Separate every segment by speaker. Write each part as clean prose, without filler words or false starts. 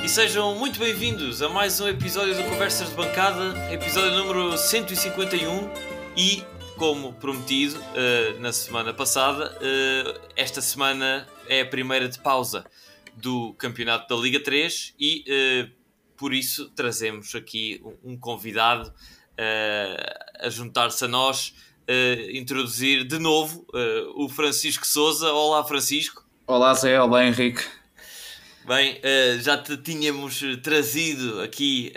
Speaker 1: E sejam muito bem-vindos a mais um episódio do Conversas de Bancada, episódio número 151 e, como prometido na semana passada, esta semana é a primeira de pausa do campeonato da Liga 3 e por isso trazemos aqui um convidado a juntar-se a nós, introduzir de novo o Francisco Sousa. Olá, Francisco.
Speaker 2: Olá Zé, olá Henrique.
Speaker 1: Bem, já te tínhamos trazido aqui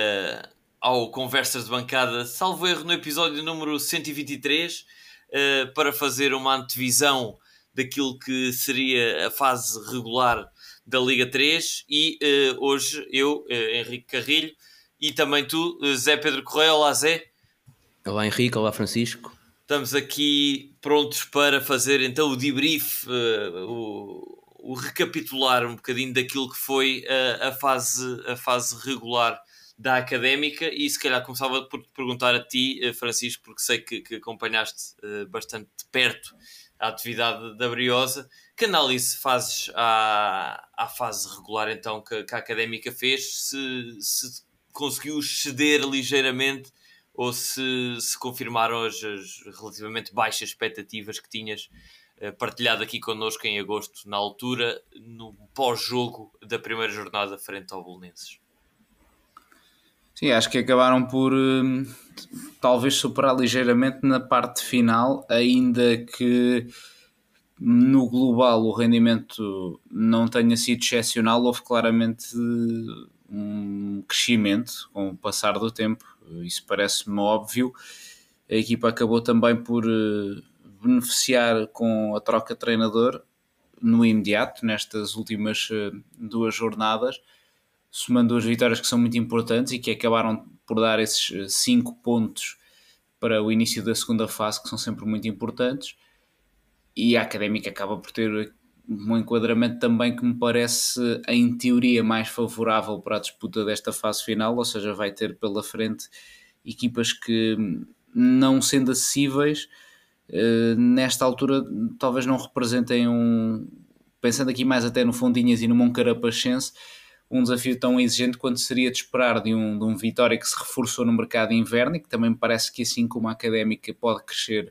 Speaker 1: ao Conversas de Bancada, salvo erro, no episódio número 123, para fazer uma antevisão daquilo que seria a fase regular da Liga 3 e hoje eu, Henrique Carrilho, e também tu, Zé Pedro Correia. Olá, Zé.
Speaker 3: Olá Henrique, olá Francisco.
Speaker 1: Estamos aqui prontos para fazer então o debrief, o recapitular um bocadinho daquilo que foi a fase regular da Académica, e se calhar começava por te perguntar a ti, Francisco, porque sei que acompanhaste bastante de perto a atividade da Briosa. Que análise fazes à fase regular então que a Académica fez? Se conseguiu exceder ligeiramente ou se confirmaram as relativamente baixas expectativas que tinhas partilhado aqui connosco em agosto, na altura, no pós-jogo da primeira jornada frente ao Belenenses?
Speaker 2: Sim, acho que acabaram por talvez superar ligeiramente na parte final, ainda que no global o rendimento não tenha sido excepcional. Houve claramente um crescimento com o passar do tempo, isso parece-me óbvio. A equipa acabou também por beneficiar com a troca de treinador no imediato, nestas últimas duas jornadas, somando duas vitórias que são muito importantes e que acabaram por dar esses 5 pontos para o início da segunda fase, que são sempre muito importantes. E a Académica acaba por ter um enquadramento também que me parece, em teoria, mais favorável para a disputa desta fase final, ou seja, vai ter pela frente equipas que, não sendo acessíveis, nesta altura talvez não representem pensando aqui mais até no Fondinhas e no Moncarapachense, um desafio tão exigente quanto seria de esperar de um Vitória que se reforçou no mercado de inverno e que também me parece que, assim como a Académica, pode crescer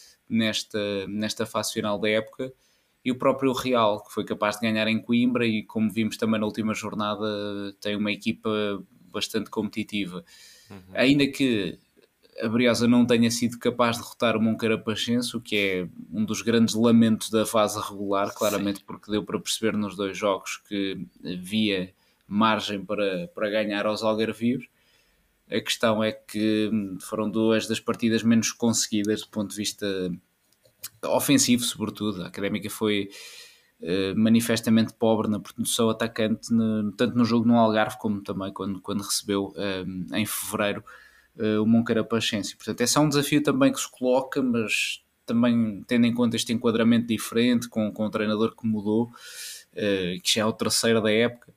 Speaker 2: nesta fase final da época, e o próprio Real, que foi capaz de ganhar em Coimbra e, como vimos também na última jornada, tem uma equipa bastante competitiva. Ainda que a Briosa não tenha sido capaz de derrotar o Moncarapachense, o que é um dos grandes lamentos da fase regular, claramente. Sim. Porque deu para perceber nos dois jogos que havia margem para ganhar aos algarvios. A questão é que foram duas das partidas menos conseguidas do ponto de vista ofensivo, sobretudo. A Académica foi manifestamente pobre na produção atacante, tanto no jogo no Algarve como também quando recebeu em fevereiro o Moncarapachense. Portanto, esse é um desafio também que se coloca, mas também tendo em conta este enquadramento diferente, com um treinador que mudou, que já é o terceiro da época,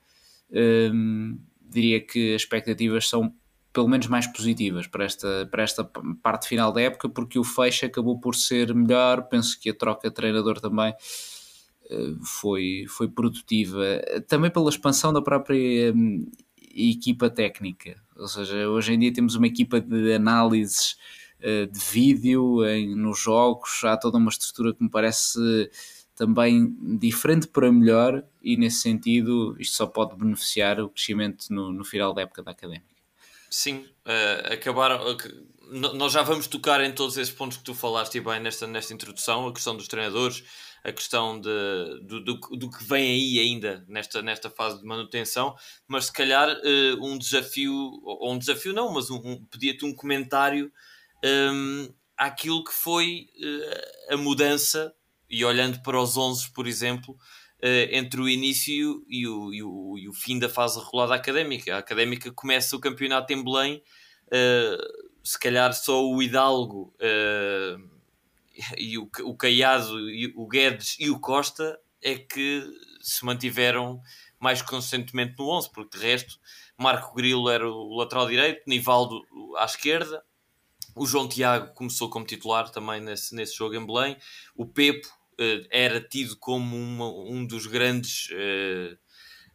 Speaker 2: diria que as expectativas são pelo menos mais positivas para esta parte final da época, porque o fecho acabou por ser melhor. Penso que a troca de treinador também foi produtiva, também pela expansão da própria equipa técnica. Ou seja, hoje em dia temos uma equipa de análises de vídeo nos jogos, há toda uma estrutura que me parece também diferente para melhor, e nesse sentido isto só pode beneficiar o crescimento no final da época da Académica.
Speaker 1: Sim, acabaram. Nós já vamos tocar em todos esses pontos que tu falaste e bem nesta introdução, a questão dos treinadores, a questão do que vem aí ainda nesta fase de manutenção, mas se calhar um desafio, ou um desafio não, mas pedia-te um comentário àquilo que foi a mudança, e olhando para os 11, por exemplo, entre o início e o fim da fase regular da Académica. A Académica começa o campeonato em Belém, se calhar só o Hidalgo e o Caiado, e o Guedes e o Costa é que se mantiveram mais consistentemente no 11, porque de resto Marco Grilo era o lateral direito, Nivaldo à esquerda, o João Tiago começou como titular também nesse jogo em Belém, o Pepo era tido como um dos grandes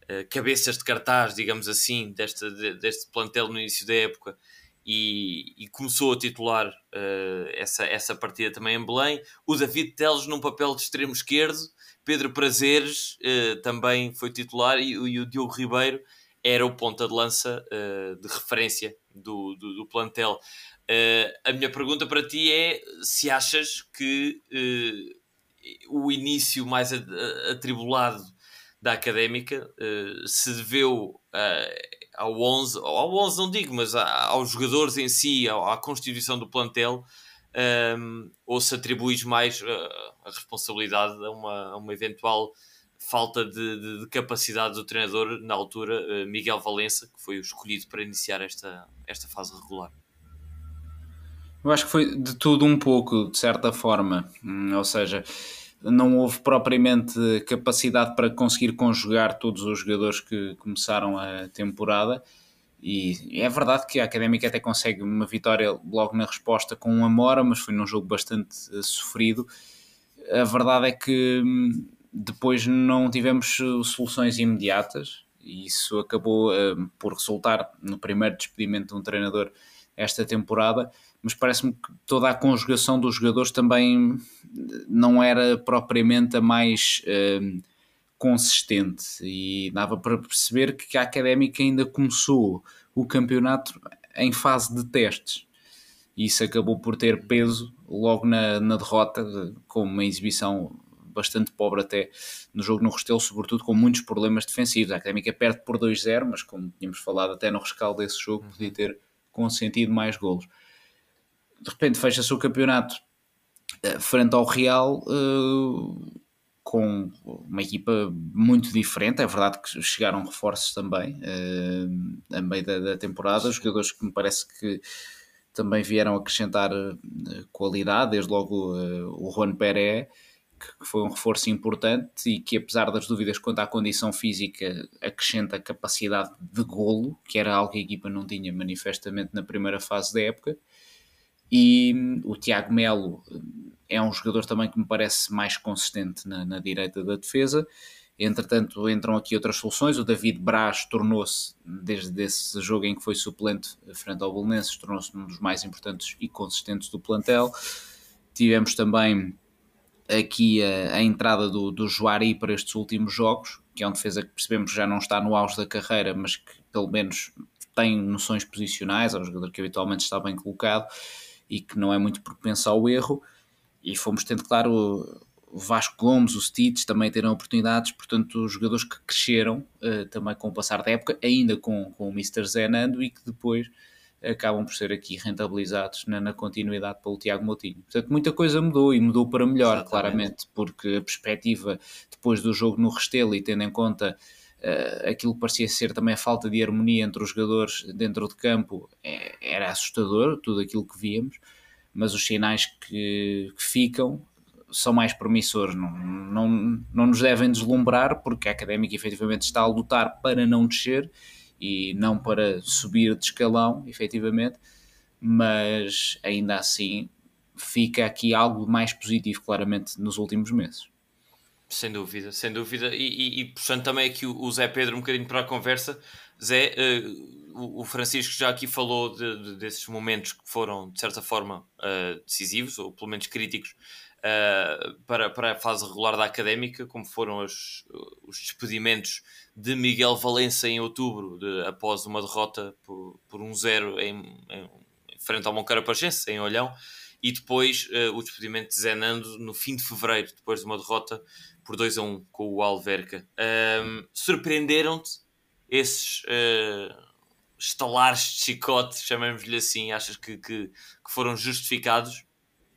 Speaker 1: cabeças de cartaz, digamos assim, deste plantel no início da época, e começou a titular essa partida também em Belém. O David Teles num papel de extremo esquerdo, Pedro Prazeres também foi titular, e o Diogo Ribeiro era o ponta de lança de referência do plantel. A minha pergunta para ti é se achas que o início mais atribulado da Académica se deveu ao 11 não digo, mas aos jogadores em si, à constituição do plantel, ou se atribuis mais a responsabilidade a uma eventual falta de capacidade do treinador na altura, Miguel Valença, que foi o escolhido para iniciar esta fase regular?
Speaker 2: Eu acho que foi de tudo um pouco, de certa forma. Ou seja, não houve propriamente capacidade para conseguir conjugar todos os jogadores que começaram a temporada. E é verdade que a Académica até consegue uma vitória logo na resposta com um Amora, mas foi num jogo bastante sofrido. A verdade é que depois não tivemos soluções imediatas, e isso acabou por resultar no primeiro despedimento de um treinador esta temporada, mas parece-me que toda a conjugação dos jogadores também não era propriamente a mais consistente, e dava para perceber que a Académica ainda começou o campeonato em fase de testes, e isso acabou por ter peso logo na derrota, com uma exibição bastante pobre até no jogo no Restelo, sobretudo com muitos problemas defensivos. A Académica perde por 2-0, mas como tínhamos falado até no rescaldo desse jogo, podia ter consentido mais golos. De repente fecha-se o campeonato frente ao Real, com uma equipa muito diferente. É verdade que chegaram reforços também a meio da temporada, jogadores que me parece que também vieram acrescentar qualidade, desde logo o Juan Pérez, que foi um reforço importante e que, apesar das dúvidas quanto à condição física, acrescenta capacidade de golo, que era algo que a equipa não tinha manifestamente na primeira fase da época. E o Tiago Melo é um jogador também que me parece mais consistente na direita da defesa. Entretanto, entram aqui outras soluções. O David Braz tornou-se, desde esse jogo em que foi suplente frente ao Belenenses, tornou-se um dos mais importantes e consistentes do plantel. Tivemos também aqui a entrada do Juari para estes últimos jogos, que é um defesa que percebemos que já não está no auge da carreira, mas que pelo menos tem noções posicionais, é um jogador que habitualmente está bem colocado e que não é muito propenso ao erro. E fomos tendo, claro, o Vasco Gomes, o Stitch também terão oportunidades, portanto os jogadores que cresceram também com o passar da época, ainda com o Mr. Zé Nando, e que depois acabam por ser aqui rentabilizados na continuidade pelo Tiago Moutinho. Portanto, muita coisa mudou, e mudou para melhor. Exatamente. Claramente, porque a perspectiva depois do jogo no Restelo, e tendo em conta aquilo que parecia ser também a falta de harmonia entre os jogadores dentro de campo, era assustador, tudo aquilo que víamos, mas os sinais que ficam são mais promissores. Não nos devem deslumbrar, porque a Académica efetivamente está a lutar para não descer e não para subir de escalão, efetivamente, mas ainda assim fica aqui algo mais positivo, claramente, nos últimos meses.
Speaker 1: Sem dúvida, sem dúvida. E puxando também aqui o Zé Pedro um bocadinho para a conversa, Zé, o Francisco já aqui falou desses momentos que foram, de certa forma, decisivos, ou pelo menos críticos, para a fase regular da Académica, como foram os despedimentos de Miguel Valença em outubro, após uma derrota por 1-0 em frente ao Moncarapachense, em Olhão, e depois o despedimento de Zé Nando no fim de fevereiro, depois de uma derrota por 2-1 com o Alverca. Surpreenderam-te esses estalares de chicote, chamemos-lhe assim? Achas que foram justificados?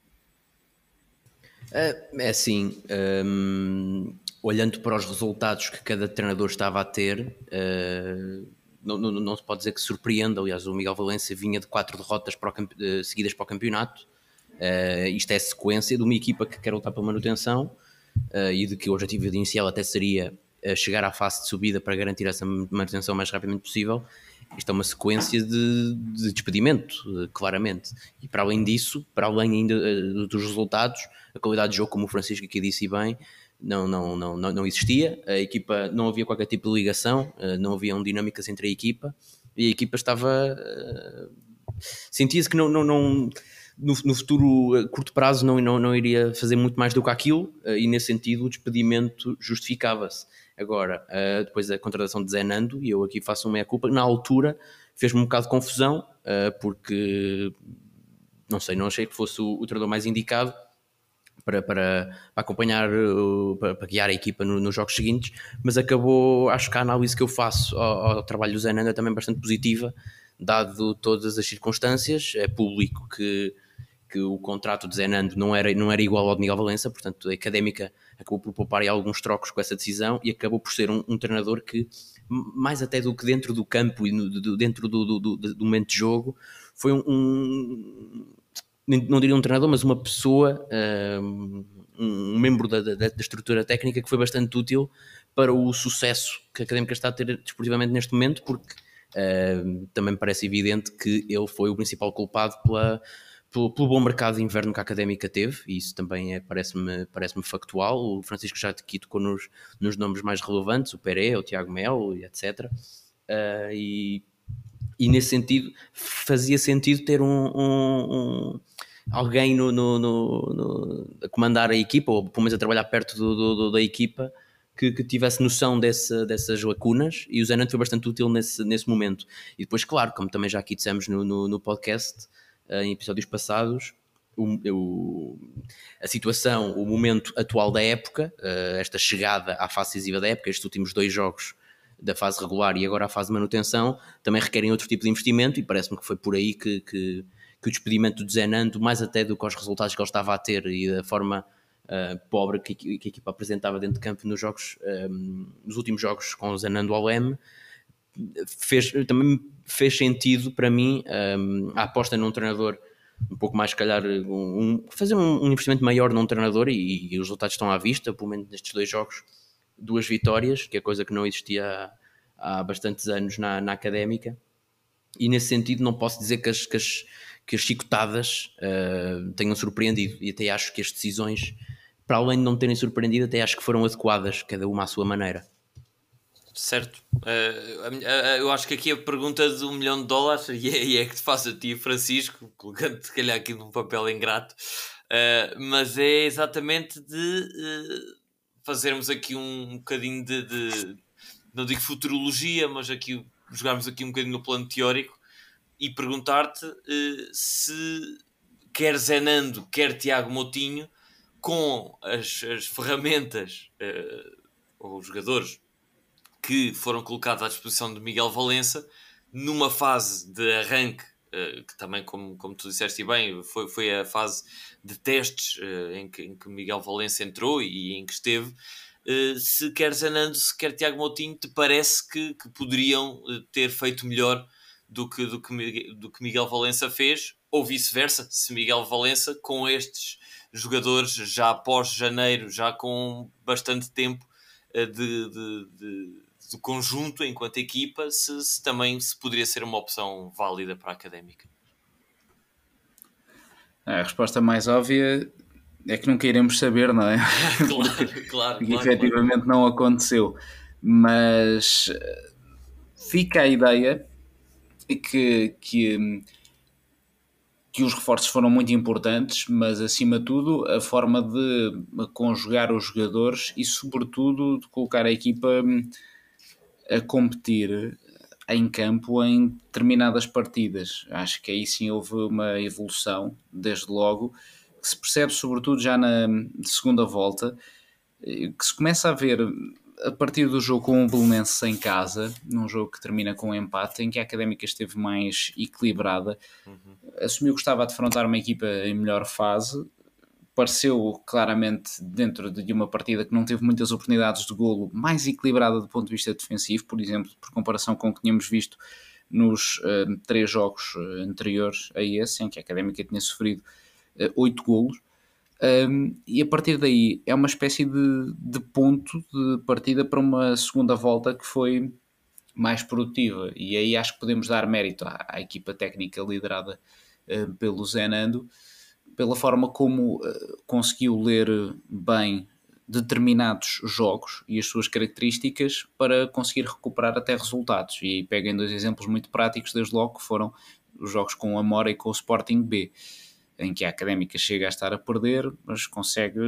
Speaker 3: É assim, olhando para os resultados que cada treinador estava a ter, não se pode dizer que surpreenda. Aliás, o Miguel Valença vinha de 4 derrotas seguidas para o campeonato. Isto é sequência de uma equipa que quer lutar pela manutenção, e de que o objetivo inicial até seria chegar à fase de subida para garantir essa manutenção o mais rapidamente possível. Isto é uma sequência de despedimento, claramente. E para além disso, para além ainda dos resultados, a qualidade de jogo, como o Francisco aqui disse bem, não existia, a equipa não havia qualquer tipo de ligação, não haviam dinâmicas entre a equipa e a equipa estava. Sentia-se que no futuro a curto prazo não iria fazer muito mais do que aquilo, e nesse sentido o despedimento justificava-se. Agora, depois a contratação de Zé Nando, e eu aqui faço uma meia-culpa, na altura fez-me um bocado de confusão, porque não sei, não achei que fosse o treinador mais indicado para acompanhar, para guiar a equipa nos jogos seguintes, mas acabou, acho que a análise que eu faço ao trabalho do Zé Nando é também bastante positiva, dado todas as circunstâncias. É público que o contrato de Zé Nando não era igual ao de Miguel Valença, portanto a Académica acabou por poupar alguns trocos com essa decisão e acabou por ser um treinador que, mais até do que dentro do campo e dentro do momento de jogo, foi não diria um treinador, mas uma pessoa, um membro da estrutura técnica que foi bastante útil para o sucesso que a Académica está a ter desportivamente neste momento, porque também me parece evidente que ele foi o principal culpado pelo bom mercado de inverno que a Académica teve, e isso também parece-me factual. O Francisco já aqui tocou nos nomes mais relevantes, o Peré, o Tiago Melo, etc. E nesse sentido fazia sentido ter alguém a comandar a equipa, ou pelo menos a trabalhar perto da equipa, que tivesse noção dessas lacunas, e o Zé Nando foi bastante útil nesse momento. E depois, claro, como também já aqui dissemos no podcast, em episódios passados, a situação, o momento atual da época, esta chegada à fase decisiva da época, estes últimos 2 jogos da fase regular e agora a fase de manutenção, também requerem outro tipo de investimento, e parece-me que foi por aí que o despedimento do Zé Nando, mais até do que os resultados que ele estava a ter e da forma pobre que a equipa apresentava dentro de campo nos últimos jogos com o Zé Nando ao Leme, também fez sentido para mim a aposta num treinador um pouco mais, se calhar, fazer um investimento maior num treinador, e os resultados estão à vista, pelo menos nestes 2 jogos, 2 vitórias, que é coisa que não existia há bastantes anos na Académica, e nesse sentido não posso dizer que as chicotadas tenham surpreendido, e até acho que as decisões, para além de não terem surpreendido, até acho que foram adequadas, cada uma à sua maneira.
Speaker 1: Certo. Eu acho que aqui a pergunta de $1 milhão, e é que te faço a ti, Francisco, colocando-te se calhar aqui num papel ingrato, mas é exatamente de fazermos aqui um bocadinho não digo futurologia, mas aqui jogarmos aqui um bocadinho no plano teórico e perguntar-te se quer Zé Nando, quer Tiago Moutinho, com as ferramentas ou os jogadores que foram colocados à disposição de Miguel Valença, numa fase de arranque, que também, como tu disseste bem, foi a fase de testes em que Miguel Valença entrou e em que esteve. Se quer Zé Nando, se quer Tiago Moutinho, te parece que poderiam ter feito melhor do que Miguel Valença fez, ou vice-versa, se Miguel Valença, com estes jogadores já após janeiro, já com bastante tempo do conjunto enquanto equipa, se também se poderia ser uma opção válida para a Académica.
Speaker 2: A resposta mais óbvia é que nunca iremos saber, não é?
Speaker 1: Claro.
Speaker 2: Porque efetivamente não aconteceu. Mas fica a ideia que os reforços foram muito importantes, mas acima de tudo a forma de conjugar os jogadores e sobretudo de colocar a equipa a competir em campo em determinadas partidas. Acho que aí sim houve uma evolução, desde logo, que se percebe sobretudo já na segunda volta, que se começa a ver a partir do jogo com o Belenenses em casa, num jogo que termina com um empate, em que a Académica esteve mais equilibrada, assumiu que estava a defrontar uma equipa em melhor fase, pareceu claramente dentro de uma partida que não teve muitas oportunidades de golo, mais equilibrada do ponto de vista defensivo, por exemplo, por comparação com o que tínhamos visto nos 3 jogos anteriores a esse, em que a Académica tinha sofrido 8 golos. E a partir daí é uma espécie de ponto de partida para uma segunda volta que foi mais produtiva, e aí acho que podemos dar mérito à equipa técnica liderada pelo Zé Nando, pela forma como conseguiu ler bem determinados jogos e as suas características para conseguir recuperar até resultados. E aí peguem 2 exemplos muito práticos, desde logo, que foram os jogos com o Amora e com o Sporting B, em que a Académica chega a estar a perder, mas consegue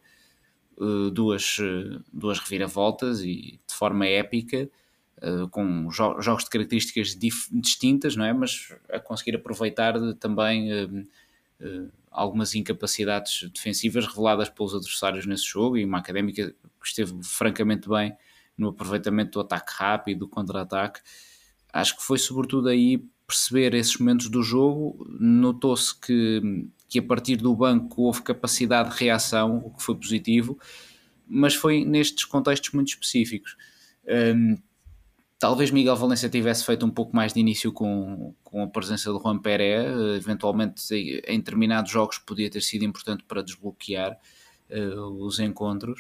Speaker 2: duas reviravoltas e de forma épica, com jogos de características distintas, não é? Mas a conseguir aproveitar também algumas incapacidades defensivas reveladas pelos adversários nesse jogo, e uma Académica que esteve francamente bem no aproveitamento do ataque rápido, do contra-ataque. Acho que foi sobretudo aí perceber esses momentos do jogo. Notou-se que a partir do banco houve capacidade de reação, o que foi positivo, mas foi nestes contextos muito específicos. Talvez Miguel Valência tivesse feito um pouco mais de início com a presença de Juan Pérez, eventualmente em determinados jogos podia ter sido importante para desbloquear os encontros,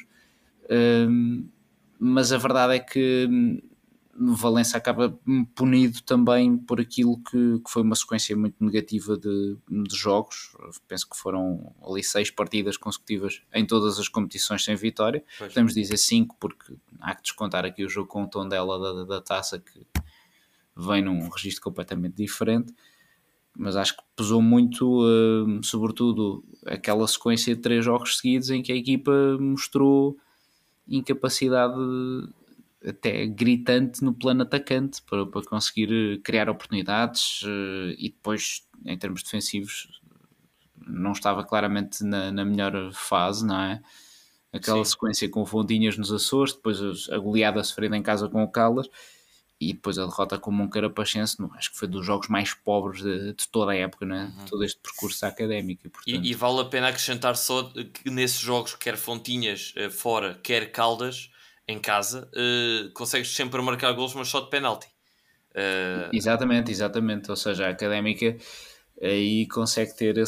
Speaker 2: mas a verdade é que Valência acaba punido também por aquilo que foi uma sequência muito negativa de jogos. Penso que foram ali 6 partidas consecutivas em todas as competições sem vitória. Pois. Podemos dizer 5, porque há que descontar aqui o jogo com o Tondela da Taça, que vem num registro completamente diferente, mas acho que pesou muito, sobretudo aquela sequência de 3 jogos seguidos em que a equipa mostrou incapacidade até gritante no plano atacante para conseguir criar oportunidades, e depois em termos defensivos não estava claramente na melhor fase, não é? Aquela Sim. sequência com o Fontinhas nos Açores, depois a goleada sofrida em casa com o Caldas e depois a derrota com o Moncarapachense. Acho que foi dos jogos mais pobres de toda a época, não é? Uhum. Todo este percurso académico.
Speaker 1: Portanto... E vale a pena acrescentar só que nesses jogos, quer Fontinhas fora, quer Caldas em casa, consegues sempre marcar golos, mas só de penalti.
Speaker 2: Exatamente. Ou seja, a Académica aí consegue ter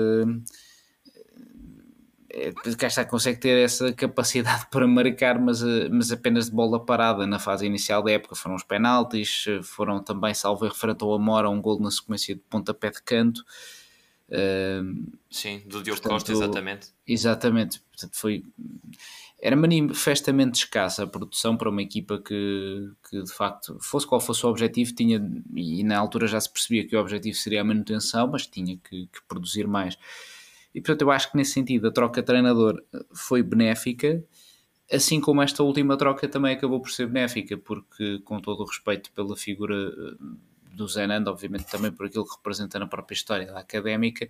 Speaker 2: consegue ter essa capacidade para marcar, mas apenas de bola parada na fase inicial da época. Foram os penaltis, foram também, salvo referente ao Amora, um golo na sequência de pontapé de canto.
Speaker 1: Sim, do Diogo Costa, exatamente.
Speaker 2: Exatamente, portanto era manifestamente escassa a produção para uma equipa que de facto, fosse qual fosse o objetivo, tinha, e na altura já se percebia que o objetivo seria a manutenção, mas tinha que produzir mais. E portanto eu acho que nesse sentido a troca de treinador foi benéfica, assim como esta última troca também acabou por ser benéfica, porque, com todo o respeito pela figura do Zé Nando, obviamente também por aquilo que representa na própria história da Académica,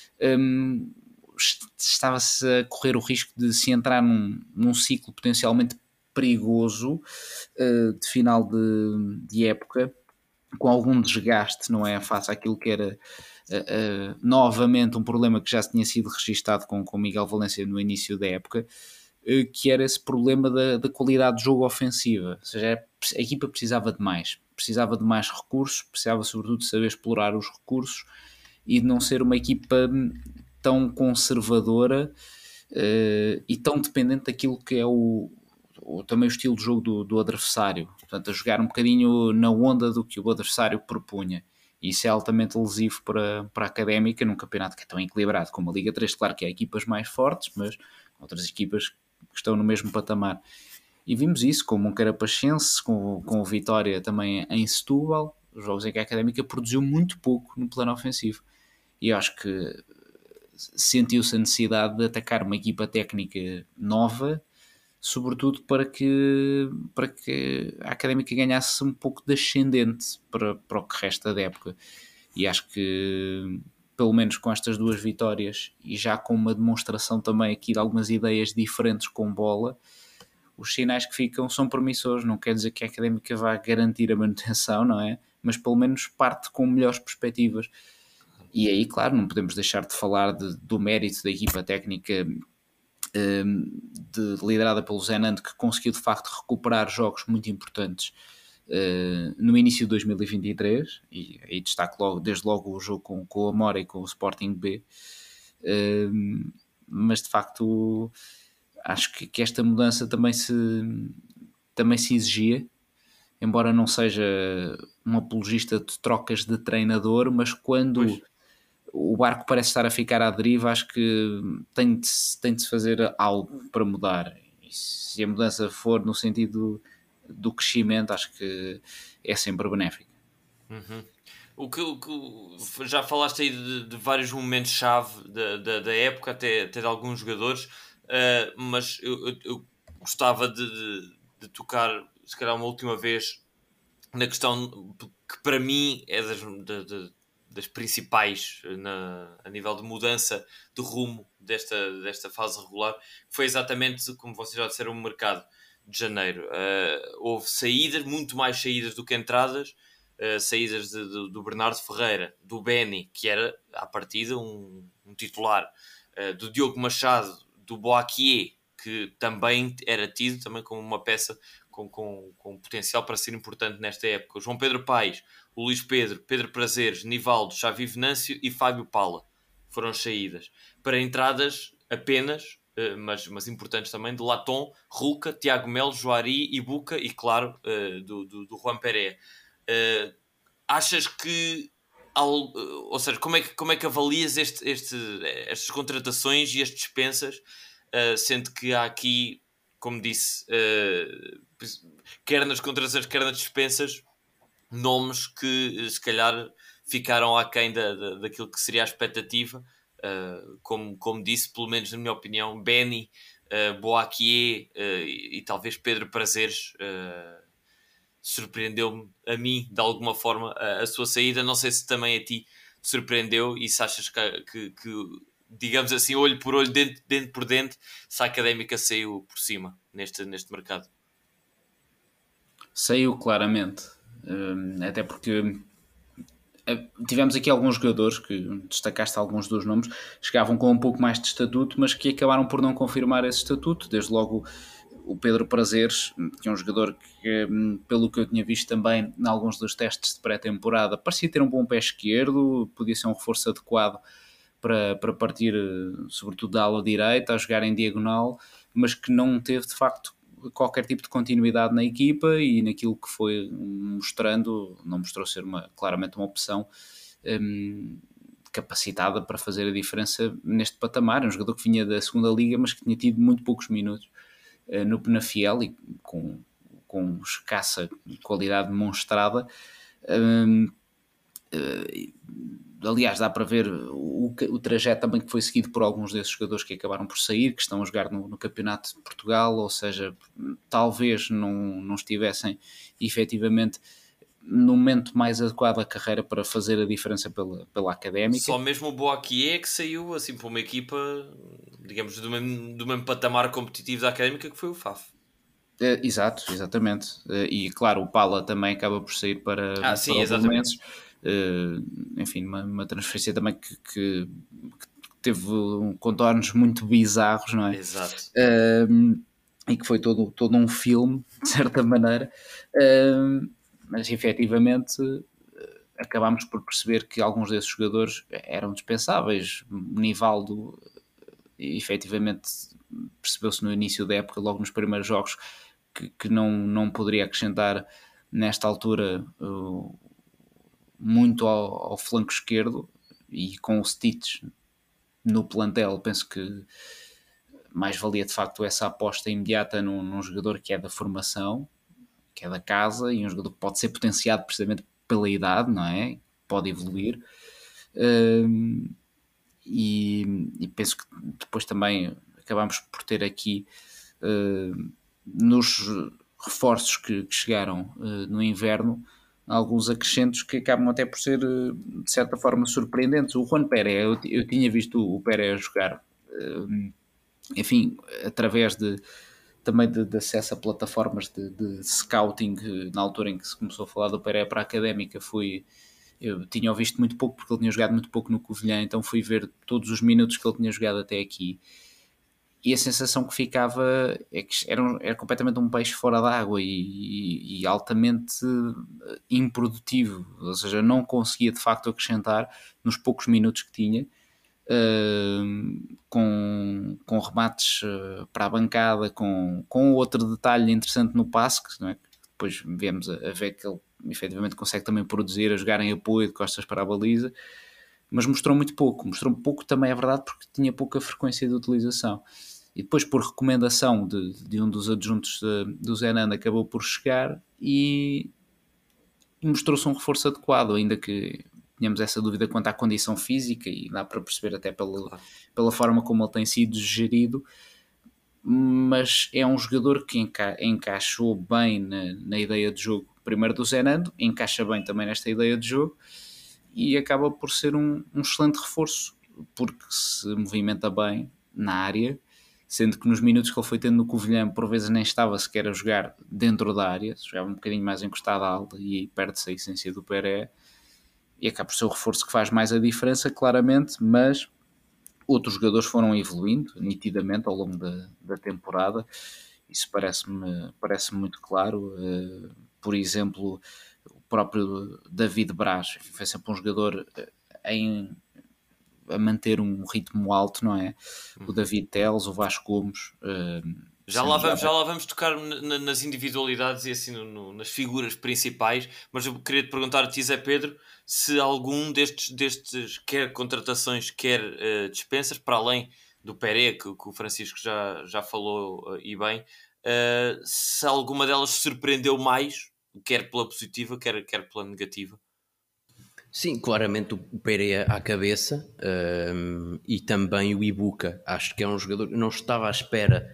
Speaker 2: estava-se a correr o risco de se entrar num ciclo potencialmente perigoso de final de época, com algum desgaste, não é? Face àquilo que era novamente um problema que já tinha sido registado com Miguel Valência no início da época, que era esse problema da qualidade de jogo ofensiva. Ou seja, a equipa precisava de mais recursos, precisava sobretudo de saber explorar os recursos e de não ser uma equipa tão conservadora e tão dependente daquilo que é também o estilo de jogo do adversário. Portanto, a jogar um bocadinho na onda do que o adversário propunha. E isso é altamente lesivo para a Académica num campeonato que é tão equilibrado como a Liga 3. Claro que há equipas mais fortes, mas outras equipas que estão no mesmo patamar. E vimos isso com o Moncarapachense, com o Vitória também em Setúbal, os jogos em que a Académica produziu muito pouco no plano ofensivo. E eu acho que sentiu-se a necessidade de atacar uma equipa técnica nova, sobretudo para que a Académica ganhasse um pouco de ascendente para o que resta da época. E acho que, pelo menos com estas 2 vitórias e já com uma demonstração também aqui de algumas ideias diferentes com bola, os sinais que ficam são promissores. Não quer dizer que a Académica vá garantir a manutenção, não é? Mas pelo menos parte com melhores perspectivas. E aí, claro, não podemos deixar de falar do mérito da equipa técnica liderada pelo Zé Nando, que conseguiu de facto recuperar jogos muito importantes no início de 2023, e aí destaco desde logo o jogo com o Amora e com o Sporting B, mas de facto acho que esta mudança também se exigia, embora não seja um apologista de trocas de treinador, mas quando o barco parece estar a ficar à deriva, acho que tem de se fazer algo para mudar. se a mudança for no sentido do crescimento, acho que é sempre benéfico.
Speaker 1: Uhum. Já falaste aí de vários momentos-chave da época, até de alguns jogadores, mas eu gostava de tocar, se calhar, uma última vez na questão que para mim é das principais a nível de mudança de rumo desta fase regular, que foi exatamente, como vocês já disseram, o mercado de janeiro. Houve saídas, muito mais saídas do que entradas, saídas do Bernardo Ferreira, do Benny, que era à partida um titular, do Diogo Machado, do Boaquier, que também era tido também como uma peça com potencial para ser importante nesta época. O João Pedro Paes, o Luís Pedro, Pedro Prazeres, Nivaldo, Xavi Venâncio e Fábio Pala foram saídas. Para entradas apenas, mas importantes também, de Latom, Ruca, Tiago Melo, Joari, Ibuca e, claro, do Juan Pereira. Achas que... ou seja, como é que avalias estas contratações e as dispensas, sendo que há aqui, como disse, quer nas contratações, quer nas dispensas, nomes que se calhar ficaram aquém daquilo que seria a expectativa, como disse, pelo menos na minha opinião, Benny, Boaquier e talvez Pedro Prazeres. Surpreendeu-me a mim de alguma forma a sua saída. Não sei se também a ti surpreendeu e se achas que digamos assim, olho por olho, dente por dente, se a Académica saiu por cima neste mercado.
Speaker 2: Saiu claramente, até porque tivemos aqui alguns jogadores que destacaste alguns dos nomes, chegavam com um pouco mais de estatuto, mas que acabaram por não confirmar esse estatuto. Desde logo o Pedro Prazeres, que é um jogador que, pelo que eu tinha visto também em alguns dos testes de pré-temporada, parecia ter um bom pé esquerdo, podia ser um reforço adequado para partir, sobretudo da ala direita, a jogar em diagonal, mas que não teve de facto qualquer tipo de continuidade na equipa e naquilo que foi mostrando, não mostrou ser claramente uma opção capacitada para fazer a diferença neste patamar. É um jogador que vinha da segunda liga, mas que tinha tido muito poucos minutos no Penafiel e com escassa qualidade demonstrada. Aliás, dá para ver o trajeto também que foi seguido por alguns desses jogadores que acabaram por sair, que estão a jogar no Campeonato de Portugal, ou seja, talvez não estivessem efetivamente no momento mais adequado da carreira para fazer a diferença pela Académica.
Speaker 1: Só mesmo o Boaquier que saiu assim para uma equipa, digamos, do mesmo patamar competitivo da Académica, que foi o FAF.
Speaker 2: Exatamente. E claro, o Pala também acaba por sair para
Speaker 1: sim,
Speaker 2: o Belenenses. Enfim, uma transferência também que teve contornos muito bizarros, não é?
Speaker 1: Exato.
Speaker 2: E que foi todo um filme, de certa maneira. Mas efetivamente acabámos por perceber que alguns desses jogadores eram dispensáveis. O Nivaldo, efetivamente, percebeu-se no início da época, logo nos primeiros jogos, que não poderia acrescentar nesta altura muito ao flanco esquerdo, e com o Stitch no plantel penso que mais valia de facto essa aposta imediata num jogador que é da formação, que é da casa, e um jogador que pode ser potenciado precisamente pela idade, não é? Pode evoluir. E penso que depois também acabamos por ter aqui nos reforços que chegaram no inverno alguns acrescentos que acabam até por ser de certa forma surpreendentes. O Juan Pereira, eu tinha visto o Pereira jogar, enfim, através também de acesso a plataformas de scouting. Na altura em que se começou a falar do Pereira para a Académica, eu tinha visto muito pouco porque ele tinha jogado muito pouco no Covilhã, então fui ver todos os minutos que ele tinha jogado até aqui, e a sensação que ficava é que era completamente um peixe fora d'água e altamente improdutivo, ou seja, não conseguia de facto acrescentar nos poucos minutos que tinha, com remates para a bancada, com outro detalhe interessante no passe, não é? Depois viemos a ver que ele efetivamente consegue também produzir, a jogar em apoio de costas para a baliza, mas mostrou pouco também, é verdade, porque tinha pouca frequência de utilização. e depois por recomendação de um dos adjuntos do Zenando acabou por chegar e mostrou-se um reforço adequado, ainda que tínhamos essa dúvida quanto à condição física, e dá para perceber até pela forma como ele tem sido gerido, mas é um jogador que encaixou bem na ideia de jogo, primeiro do Zenando, encaixa bem também nesta ideia de jogo, e acaba por ser um excelente reforço, porque se movimenta bem na área, sendo que nos minutos que ele foi tendo no Covilhã, por vezes nem estava sequer a jogar dentro da área, jogava um bocadinho mais encostado à alta, e aí perde-se a essência do Pereira, e acaba por ser o reforço que faz mais a diferença, claramente, mas outros jogadores foram evoluindo nitidamente ao longo da temporada, isso parece muito claro. Por exemplo, o próprio David Braz foi sempre um jogador a manter um ritmo alto, não é? O David Teles, o Vasco Gomes.
Speaker 1: Já lá vamos tocar nas individualidades e assim nas figuras principais, mas eu queria te perguntar a ti, Zé Pedro, se algum destes quer contratações, quer dispensas, para além do Pereira, que o Francisco já falou e bem, se alguma delas surpreendeu mais, quer pela positiva, quer pela negativa.
Speaker 3: Sim, claramente o Pereira à cabeça, e também o Ibuka. Acho que é um jogador que não estava à espera,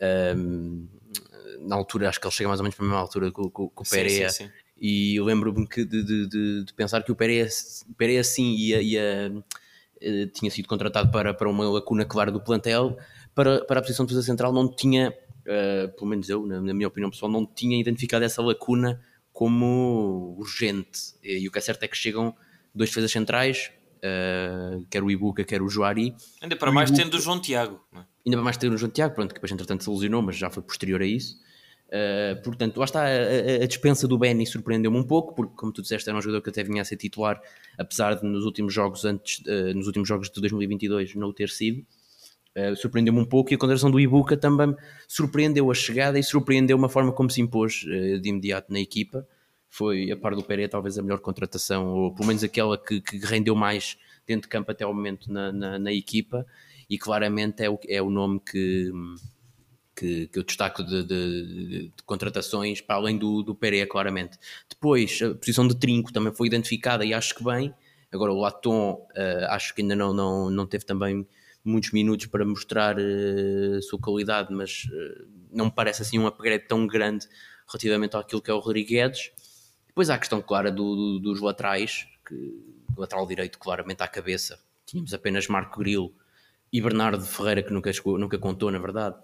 Speaker 3: na altura, acho que ele chega mais ou menos para a mesma altura que o Pereira. Sim. E lembro-me de pensar que o Pereira sim tinha sido contratado para uma lacuna clara do plantel, para a posição de defesa central não tinha, pelo menos eu, na minha opinião pessoal, não tinha identificado essa lacuna como urgente. E o que é certo é que chegam dois defesas centrais, quer o Ibuka, quer o Juari.
Speaker 1: Ainda para mais tendo o João Tiago. Não é?
Speaker 3: Ainda para mais tendo o João Tiago, pronto, que depois entretanto se lesionou, mas já foi posterior a isso. Portanto, lá está, a dispensa do Benny surpreendeu-me um pouco, porque como tu disseste era um jogador que até vinha a ser titular, apesar de nos últimos jogos de 2022 não o ter sido. Surpreendeu-me um pouco, e a contratação do Ibuka também surpreendeu a chegada e surpreendeu uma forma como se impôs de imediato na equipa. Foi, a par do Pereira, talvez a melhor contratação, ou pelo menos aquela que rendeu mais dentro de campo até ao momento na equipa, e claramente é o nome que eu destaco de contratações, para além do Pereira, claramente. Depois, a posição de trinco também foi identificada, e acho que bem. Agora o Latom, acho que ainda não teve também muitos minutos para mostrar a sua qualidade, mas não me parece assim um upgrade tão grande relativamente àquilo que é o Rodrigues. Depois há a questão clara dos laterais, que o lateral direito claramente à cabeça. Tínhamos apenas Marco Grilo e Bernardo Ferreira, que nunca contou, na verdade.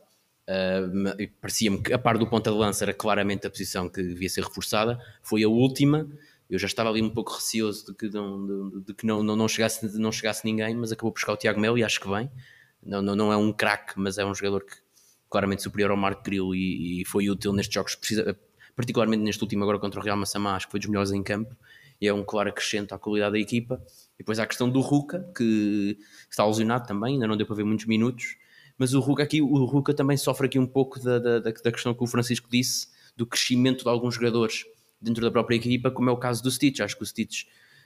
Speaker 3: Parecia-me que a par do ponta de lança era claramente a posição que devia ser reforçada. Foi a última. Eu já estava ali um pouco receoso de que não chegasse ninguém, mas acabou por buscar o Tiago Melo, e acho que bem. Não é um craque, mas é um jogador que claramente superior ao Marco Grilo, e foi útil nestes jogos, particularmente neste último agora contra o Real Massamá. Acho que foi dos melhores em campo, e é um claro acrescento à qualidade da equipa. E depois há a questão do Ruka, que está lesionado também, ainda não deu para ver muitos minutos, mas o Ruka também sofre aqui um pouco da questão que o Francisco disse, do crescimento de alguns jogadores dentro da própria equipa, como é o caso do Stitch. Acho que o Stitch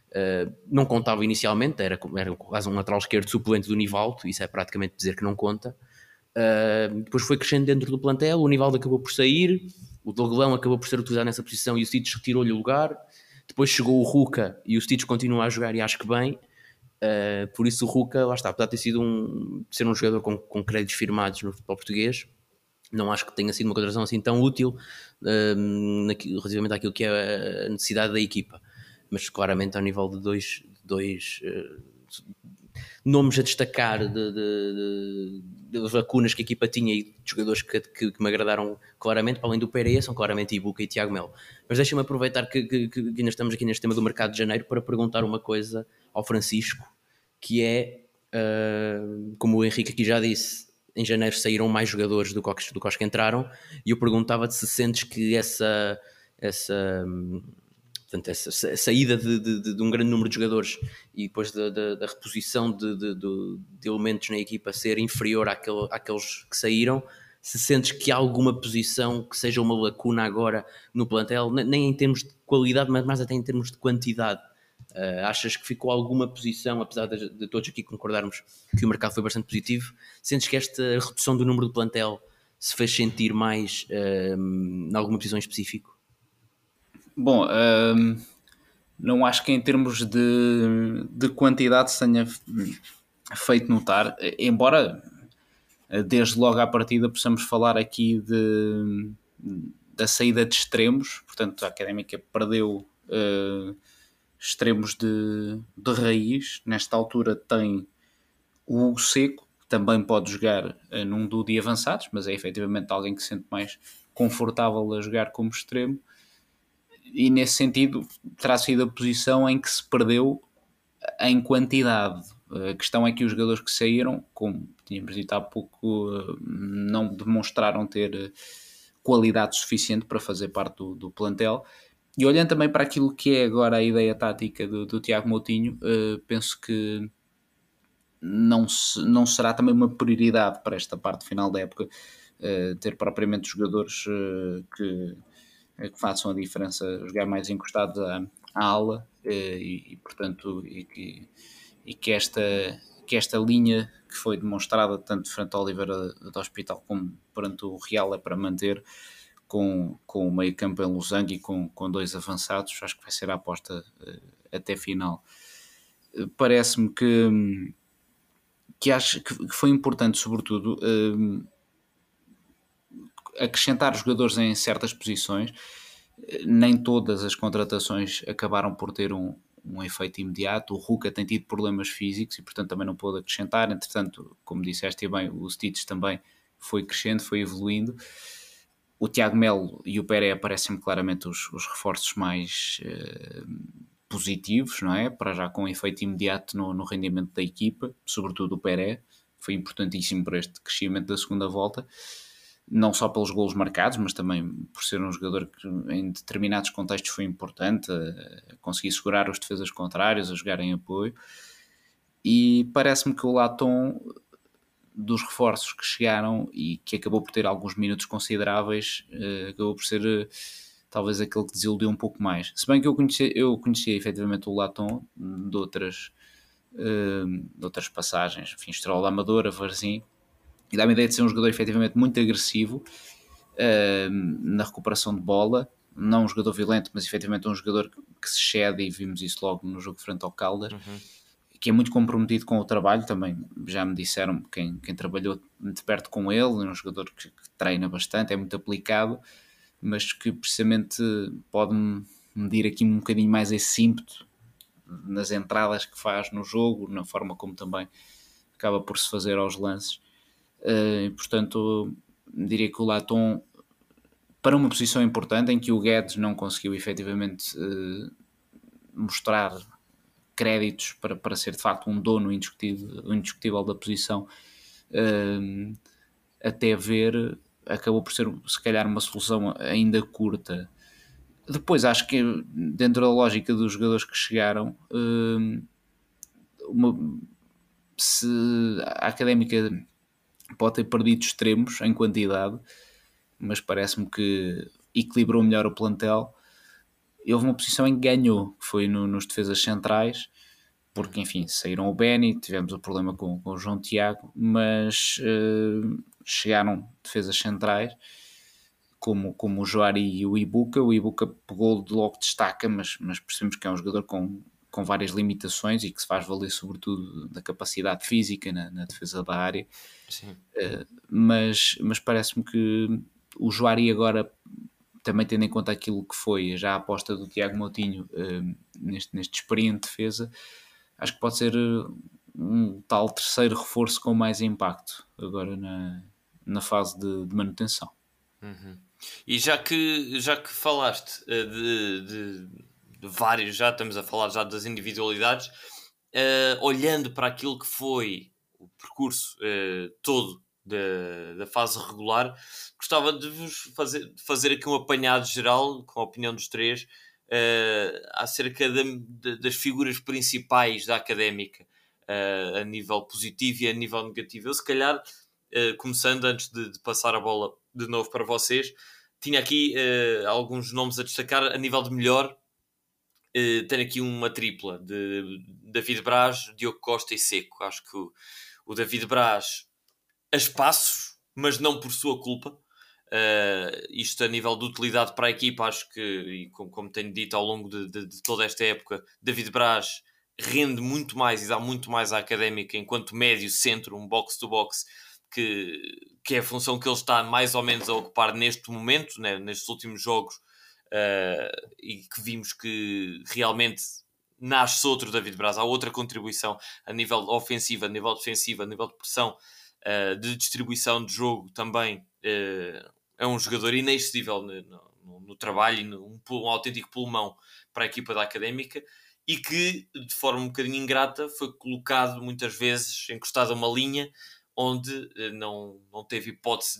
Speaker 3: não contava inicialmente, era quase um lateral esquerdo suplente do Nivaldo, isso é praticamente dizer que não conta. Depois foi crescendo dentro do plantel, o Nivaldo acabou por sair, o Doglão acabou por ser utilizado nessa posição, e o Stitch retirou-lhe o lugar. Depois chegou o Ruka, e o Stitch continua a jogar, e acho que bem. Por isso o Ruka, lá está, apesar de ter sido ser um jogador com créditos firmados no futebol português, não acho que tenha sido uma contratação assim tão útil relativamente àquilo que é a necessidade da equipa. Mas claramente ao nível de dois nomes a destacar de lacunas que a equipa tinha, e de jogadores que me agradaram claramente, para além do Pereira, são claramente Ibuka e Tiago Melo. Mas deixa-me aproveitar que ainda estamos aqui neste tema do mercado de janeiro para perguntar uma coisa ao Francisco, que é, como o Henrique aqui já disse, em janeiro saíram mais jogadores do que os que entraram, e eu perguntava-te se sentes que essa saída de um grande número de jogadores, e depois da reposição de elementos na equipa ser inferior àqueles que saíram, se sentes que há alguma posição que seja uma lacuna agora no plantel, nem em termos de qualidade, mas mais até em termos de quantidade, Achas que ficou alguma posição, apesar de todos aqui concordarmos que o mercado foi bastante positivo, sentes que esta redução do número do plantel se fez sentir mais em alguma posição em específico?
Speaker 2: Bom, não acho que em termos de quantidade se tenha feito notar, embora desde logo à partida possamos falar aqui da saída de extremos, portanto a Académica perdeu extremos de raiz. Nesta altura tem o Hugo Seco, que também pode jogar num duo de avançados, mas é efetivamente alguém que se sente mais confortável a jogar como extremo, e nesse sentido terá sido a posição em que se perdeu em quantidade. A questão é que os jogadores que saíram, como tínhamos dito há pouco, não demonstraram ter qualidade suficiente para fazer parte do plantel. E olhando também para aquilo que é agora a ideia tática do Tiago Moutinho, penso que não será também uma prioridade para esta parte final da época ter propriamente jogadores que façam a diferença, jogar mais encostados à ala portanto que esta linha que foi demonstrada tanto frente ao Oliveira do Hospital como perante o Real é para manter com o meio campo em losango e com dois avançados. Acho que vai ser a aposta até final. Parece-me que acho que foi importante, sobretudo, acrescentar jogadores em certas posições. Nem todas as contratações acabaram por ter um efeito imediato. O Ruka tem tido problemas físicos e portanto também não pôde acrescentar. Entretanto, como disseste bem, o Stitch também foi crescendo, foi evoluindo. O Tiago Melo e o Peré parecem-me claramente os reforços mais positivos, não é? Para já com efeito imediato no rendimento da equipa, sobretudo o Peré, foi importantíssimo para este crescimento da segunda volta, não só pelos golos marcados, mas também por ser um jogador que em determinados contextos foi importante, a conseguir segurar os defesas contrários, a jogar em apoio. E parece-me que o Latom, dos reforços que chegaram e que acabou por ter alguns minutos consideráveis, acabou por ser talvez aquele que desiludiu um pouco mais. Se bem que eu conhecia efetivamente o Latom de outras passagens, enfim, Estrela Amadora, Varzim, e dá-me a ideia de ser um jogador efetivamente muito agressivo na recuperação de bola, não um jogador violento, mas efetivamente um jogador que se cede, e vimos isso logo no jogo frente ao Caldas, que é muito comprometido com o trabalho. Também já me disseram quem trabalhou de perto com ele, é um jogador que treina bastante, é muito aplicado, mas que precisamente pode medir aqui um bocadinho mais esse ímpeto nas entradas que faz no jogo, na forma como também acaba por se fazer aos lances. Portanto, diria que o Latom, para uma posição importante em que o Guedes não conseguiu efetivamente mostrar créditos para ser de facto um dono indiscutível da posição, até ver, acabou por ser se calhar uma solução ainda curta. Depois acho que dentro da lógica dos jogadores que chegaram, se a Académica pode ter perdido extremos em quantidade, mas parece-me que equilibrou melhor o plantel. Houve uma posição em que ganhou, que foi nos defesas centrais, porque enfim, saíram o Benny, tivemos o problema com o João Tiago, mas chegaram defesas centrais como o Joari e o Ibuka. O Ibuka pegou de logo destaca, mas percebemos que é um jogador com várias limitações e que se faz valer sobretudo da capacidade física na defesa da área.
Speaker 1: Sim.
Speaker 2: Mas parece-me que o Joari agora, também tendo em conta aquilo que foi já a aposta do Tiago Moutinho neste experiente defesa, acho que pode ser um tal terceiro reforço com mais impacto agora na fase de manutenção.
Speaker 1: E já que falaste de vários, já estamos a falar já das individualidades, olhando para aquilo que foi o percurso todo da fase regular, gostava de vos fazer aqui um apanhado geral, com a opinião dos três, acerca das figuras principais da Académica, a nível positivo e a nível negativo. Eu se calhar, começando antes de passar a bola de novo para vocês, tinha aqui alguns nomes a destacar a nível de melhor tenho aqui uma tripla de David Braz, Diogo Costa e Seco. Acho que o David Braz a espaços, mas não por sua culpa. Isto a nível de utilidade para a equipa, acho que, e como tenho dito ao longo de toda esta época, David Braz rende muito mais e dá muito mais à Académica enquanto médio centro, um box-to-box, que é a função que ele está mais ou menos a ocupar neste momento, né, nestes últimos jogos, e que vimos que realmente nasce outro David Braz, há outra contribuição a nível ofensivo, a nível defensivo, a nível de pressão, de distribuição de jogo também. É um jogador inexcedível no trabalho e um autêntico pulmão para a equipa da Académica, e que de forma um bocadinho ingrata foi colocado muitas vezes encostado a uma linha onde não teve hipótese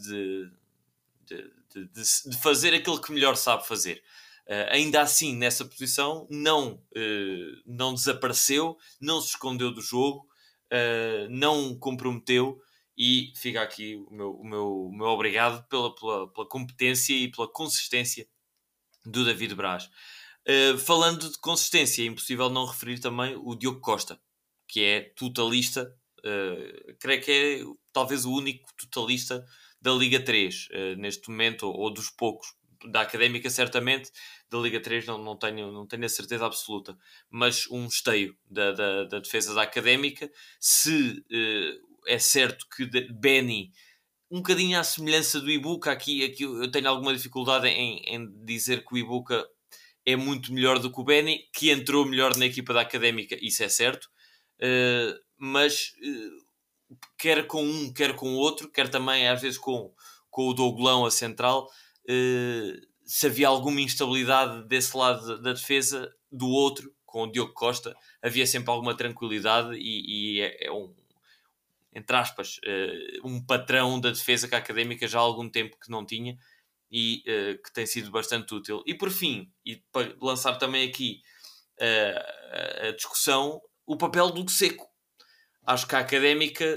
Speaker 1: de fazer aquilo que melhor sabe fazer. Ainda assim, nessa posição, não desapareceu, não se escondeu do jogo, não comprometeu, e fica aqui o meu obrigado pela competência e pela consistência do David Braz. Falando de consistência, é impossível não referir também o Diogo Costa, que é totalista, creio que é talvez o único totalista da Liga 3 neste momento, ou dos poucos. Da Académica, certamente, da Liga 3 não tenho a certeza absoluta, mas um esteio da defesa da Académica. Se é certo que Benny, um bocadinho à semelhança do Ibuka, aqui eu tenho alguma dificuldade em dizer que o Ibuka é muito melhor do que o Benny, que entrou melhor na equipa da Académica, isso é certo, mas quer com um, quer com o outro, quer também às vezes com o Douglão a central, se havia alguma instabilidade desse lado da defesa, do outro, com o Diogo Costa, havia sempre alguma tranquilidade, e é um, entre aspas, um patrão da defesa que a Académica já há algum tempo que não tinha, e que tem sido bastante útil. E por fim, e para lançar também aqui a discussão, o papel do Seco. Acho que a Académica,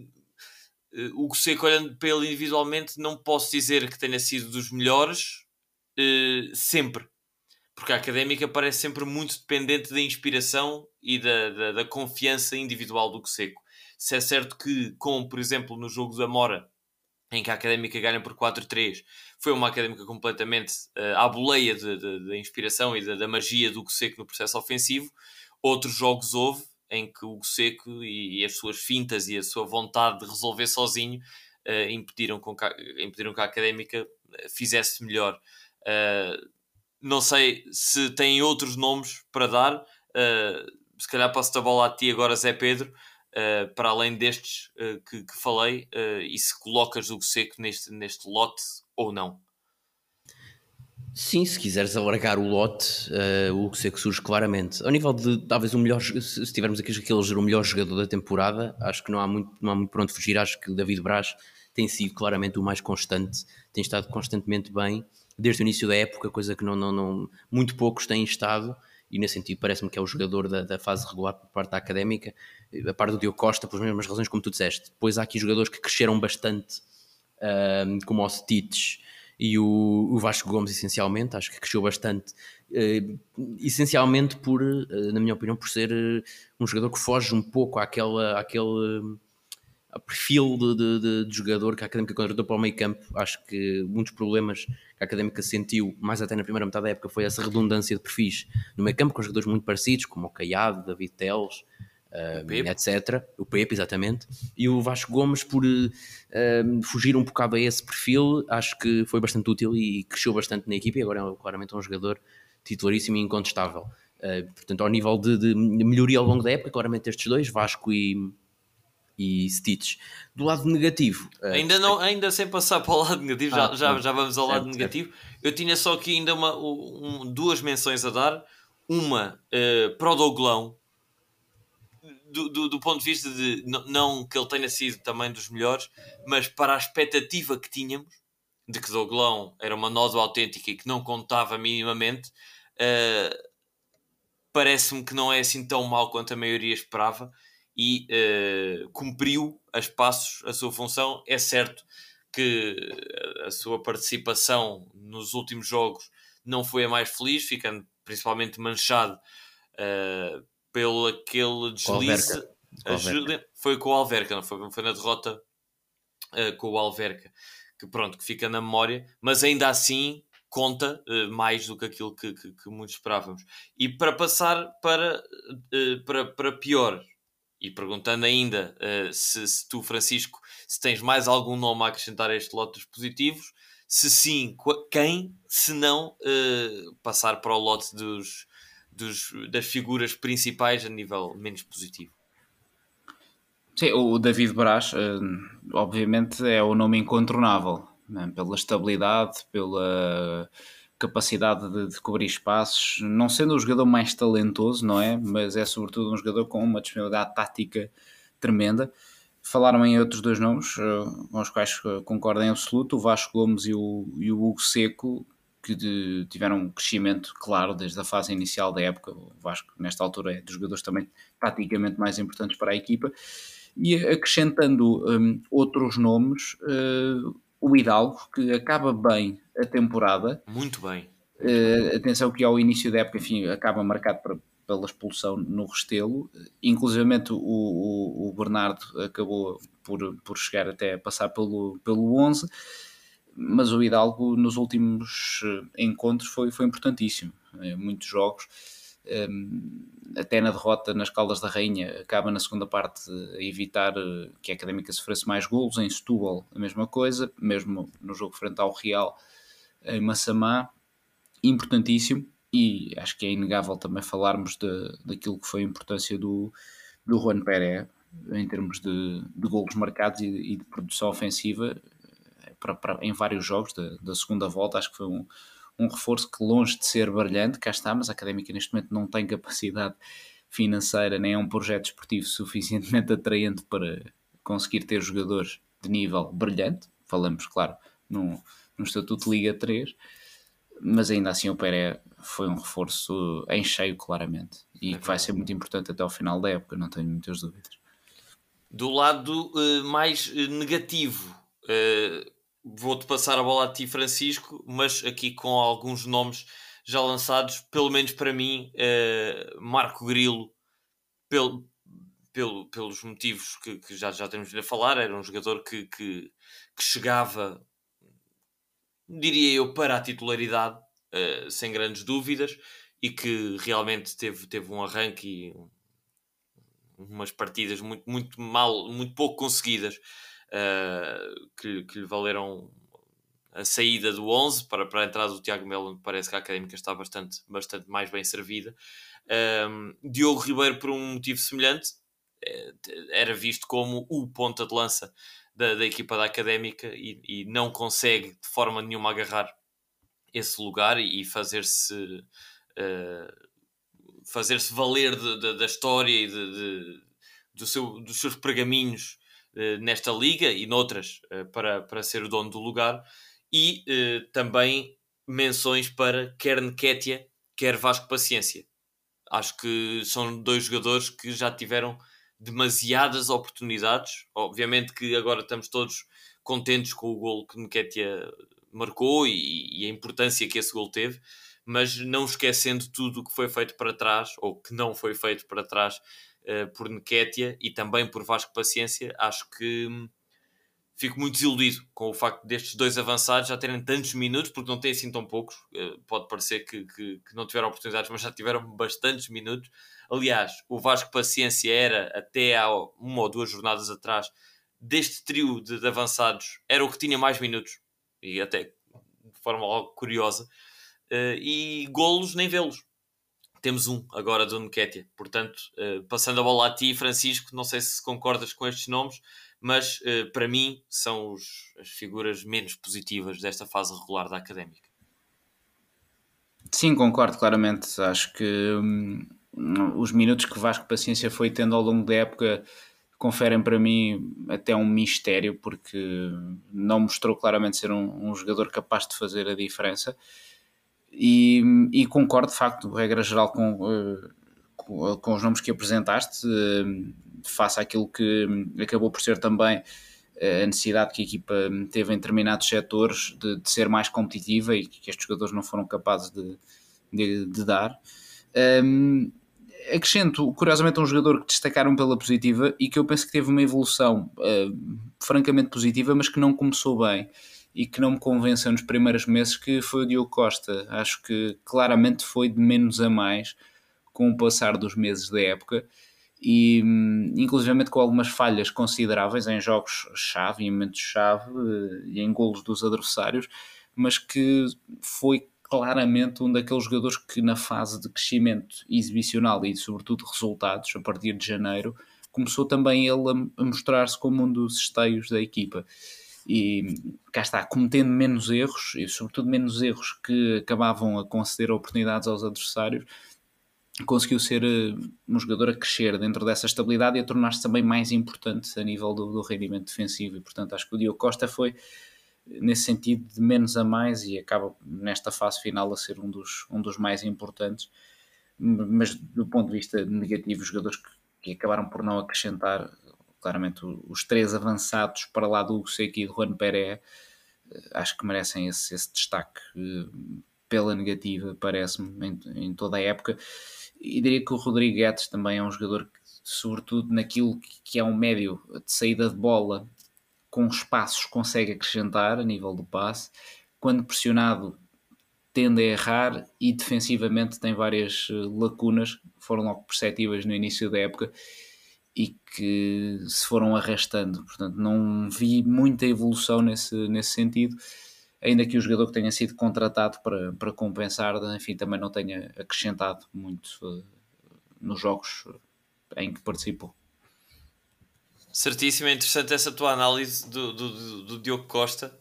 Speaker 1: o Seco, olhando para ele individualmente, não posso dizer que tenha sido dos melhores sempre, porque a Académica parece sempre muito dependente da inspiração e da confiança individual do Seco. Se é certo que, como por exemplo no jogo da Mora, em que a Académica ganha por 4-3, foi uma Académica completamente à boleia da inspiração e da magia do Seco no processo ofensivo. Outros jogos houve em que o Seco e as suas fintas e a sua vontade de resolver sozinho impediram que a Académica fizesse melhor. Não sei se têm outros nomes para dar. Se calhar passo a bola a ti agora, Zé Pedro, para além destes que falei, e se colocas o Seco neste lote ou não.
Speaker 3: Sim, se quiseres alargar o lote, o Seco surge claramente. Ao nível de talvez o melhor, se tivermos aqui que eleger o melhor jogador da temporada, acho que não há muito para onde fugir. Acho que o David Braz tem sido claramente o mais constante, tem estado constantemente bem desde o início da época, coisa que muito poucos têm estado, e nesse sentido parece-me que é o jogador da fase regular por parte da Académica, a par do Diogo Costa, pelas mesmas razões como tu disseste. Depois há aqui jogadores que cresceram bastante, como o Stitch e o Vasco Gomes, essencialmente. Acho que cresceu bastante, essencialmente por, na minha opinião, por ser um jogador que foge um pouco àquele perfil de jogador que a Académica contratou para o meio campo. Acho que muitos problemas que a Académica sentiu, mais até na primeira metade da época, foi essa redundância de perfis no meio campo, com jogadores muito parecidos, como o Caiado, David Teles, etc. O Pepe, exatamente. E o Vasco Gomes, por fugir um bocado a esse perfil, acho que foi bastante útil e cresceu bastante na equipa, e agora é claramente um jogador titularíssimo e incontestável. Portanto, ao nível de melhoria ao longo da época, claramente estes dois, Vasco e Stitch. Do lado negativo,
Speaker 1: ainda sem passar para o lado negativo, já vamos ao lado negativo. Eu tinha só aqui ainda duas menções a dar. Uma para o Douglão, do ponto de vista de não que ele tenha sido também dos melhores, mas para a expectativa que tínhamos de que Douglão era uma nódoa autêntica e que não contava minimamente. Parece-me que não é assim tão mau quanto a maioria esperava, e cumpriu a espaços a sua função. É certo que a sua participação nos últimos jogos não foi a mais feliz, ficando principalmente manchado pelo aquele deslize. Foi com o Alverca, não foi na derrota com o Alverca, que pronto, que fica na memória, mas ainda assim conta mais do que aquilo que muitos esperávamos. E para passar para pior, e perguntando ainda se tu, Francisco, se tens mais algum nome a acrescentar a este lote dos positivos, se sim, quem, se não, passar para o lote das figuras principais a nível menos positivo.
Speaker 2: Sim, o David Braz, obviamente, é o nome incontornável, né? Pela estabilidade, pela capacidade de cobrir espaços, não sendo o jogador mais talentoso, não é? Mas é sobretudo um jogador com uma disponibilidade tática tremenda. Falaram em outros dois nomes, com os quais concordo em absoluto, o Vasco Gomes e o Hugo Seco, que tiveram um crescimento claro desde a fase inicial da época. O Vasco, nesta altura, é dos jogadores também taticamente mais importantes para a equipa. E acrescentando outros nomes, o Hidalgo, que acaba bem a temporada.
Speaker 1: Muito bem.
Speaker 2: Atenção que ao início da época, enfim, acaba marcado pela expulsão no Restelo. Inclusivamente o Bernardo acabou por chegar até a passar pelo 11, mas o Hidalgo nos últimos encontros foi importantíssimo. Muitos jogos, até na derrota nas Caldas da Rainha, acaba na segunda parte a evitar que a Académica sofresse mais golos. Em Setúbal a mesma coisa, mesmo no jogo frente ao Real em Massamá, importantíssimo. E acho que é inegável também falarmos daquilo que foi a importância do Juan Pérez em termos de golos marcados e de produção ofensiva em vários jogos da segunda volta. Acho que foi um reforço que, longe de ser brilhante, cá está, mas a Académica neste momento não tem capacidade financeira nem é um projeto esportivo suficientemente atraente para conseguir ter jogadores de nível brilhante. Falamos, claro, num estatuto de Liga 3, mas ainda assim o Pérez foi um reforço em cheio, claramente, e que vai ser muito importante até ao final da época, não tenho muitas dúvidas.
Speaker 1: Do lado mais negativo, vou-te passar a bola a ti, Francisco, mas aqui com alguns nomes já lançados, pelo menos para mim, Marco Grilo, pelos motivos que já temos vindo a falar. Era um jogador que chegava, diria eu, para a titularidade, sem grandes dúvidas, e que realmente teve um arranque e umas partidas muito pouco conseguidas, que lhe valeram a saída do 11 para a entrada do Tiago Melo, onde parece que a Académica está bastante mais bem servida. Diogo Ribeiro, por um motivo semelhante, era visto como o ponta de lança da equipa da Académica e não consegue de forma nenhuma agarrar esse lugar e fazer-se valer da história e dos seus pergaminhos nesta liga e noutras, para ser o dono do lugar. E também menções para quer Nketiah, quer Vasco Paciência. Acho que são dois jogadores que já tiveram demasiadas oportunidades. Obviamente que agora estamos todos contentes com o golo que Nketiah marcou e a importância que esse golo teve, mas não esquecendo tudo o que foi feito para trás, ou que não foi feito para trás, por Nketiah e também por Vasco Paciência. Acho que fico muito desiludido com o facto destes dois avançados já terem tantos minutos, porque não têm assim tão poucos. Pode parecer que não tiveram oportunidades, mas já tiveram bastantes minutos. Aliás, o Vasco Paciência era, até há uma ou duas jornadas atrás, deste trio de avançados, era o que tinha mais minutos, e até de forma algo curiosa. E golos, nem vê-los. Temos um agora do Nketiah. Portanto, passando a bola a ti, Francisco, não sei se concordas com estes nomes, mas para mim são as figuras menos positivas desta fase regular da Académica.
Speaker 2: Sim, concordo claramente. Acho que os minutos que Vasco Paciência foi tendo ao longo da época conferem para mim até um mistério, porque não mostrou claramente ser um jogador capaz de fazer a diferença. E concordo de facto, regra geral, com os nomes que apresentaste, face àquilo que acabou por ser também a necessidade que a equipa teve em determinados setores de ser mais competitiva, e que estes jogadores não foram capazes de dar. Acrescento, curiosamente, um jogador que destacaram pela positiva e que eu penso que teve uma evolução francamente positiva, mas que não começou bem e que não me convenceu nos primeiros meses, que foi o Diogo Costa. Acho que claramente foi de menos a mais com o passar dos meses da época e inclusivamente com algumas falhas consideráveis em jogos-chave, em momentos-chave e em golos dos adversários, mas que foi claramente um daqueles jogadores que na fase de crescimento exibicional e sobretudo resultados, a partir de janeiro, começou também ele a mostrar-se como um dos esteios da equipa. E cá está, cometendo menos erros, e sobretudo menos erros que acabavam a conceder oportunidades aos adversários, conseguiu ser um jogador a crescer dentro dessa estabilidade e a tornar-se também mais importante a nível do rendimento defensivo. E portanto acho que o Diogo Costa foi nesse sentido de menos a mais e acaba nesta fase final a ser um dos mais importantes, mas do ponto de vista negativo, os jogadores que acabaram por não acrescentar, claramente os três avançados para lá do Hugo Seco e do Juan Peré, acho que merecem esse destaque pela negativa, parece-me, em toda a época. E diria que o Rodrigo Guedes também é um jogador que, sobretudo naquilo que é um médio de saída de bola, com espaços consegue acrescentar a nível do passe, quando pressionado tende a errar e defensivamente tem várias lacunas que foram logo perceptíveis no início da época e que se foram arrastando. Portanto, não vi muita evolução nesse sentido, ainda que o jogador que tenha sido contratado para compensar, enfim, também não tenha acrescentado muito nos jogos em que participou.
Speaker 1: Certíssimo, é interessante essa tua análise do Diogo Costa.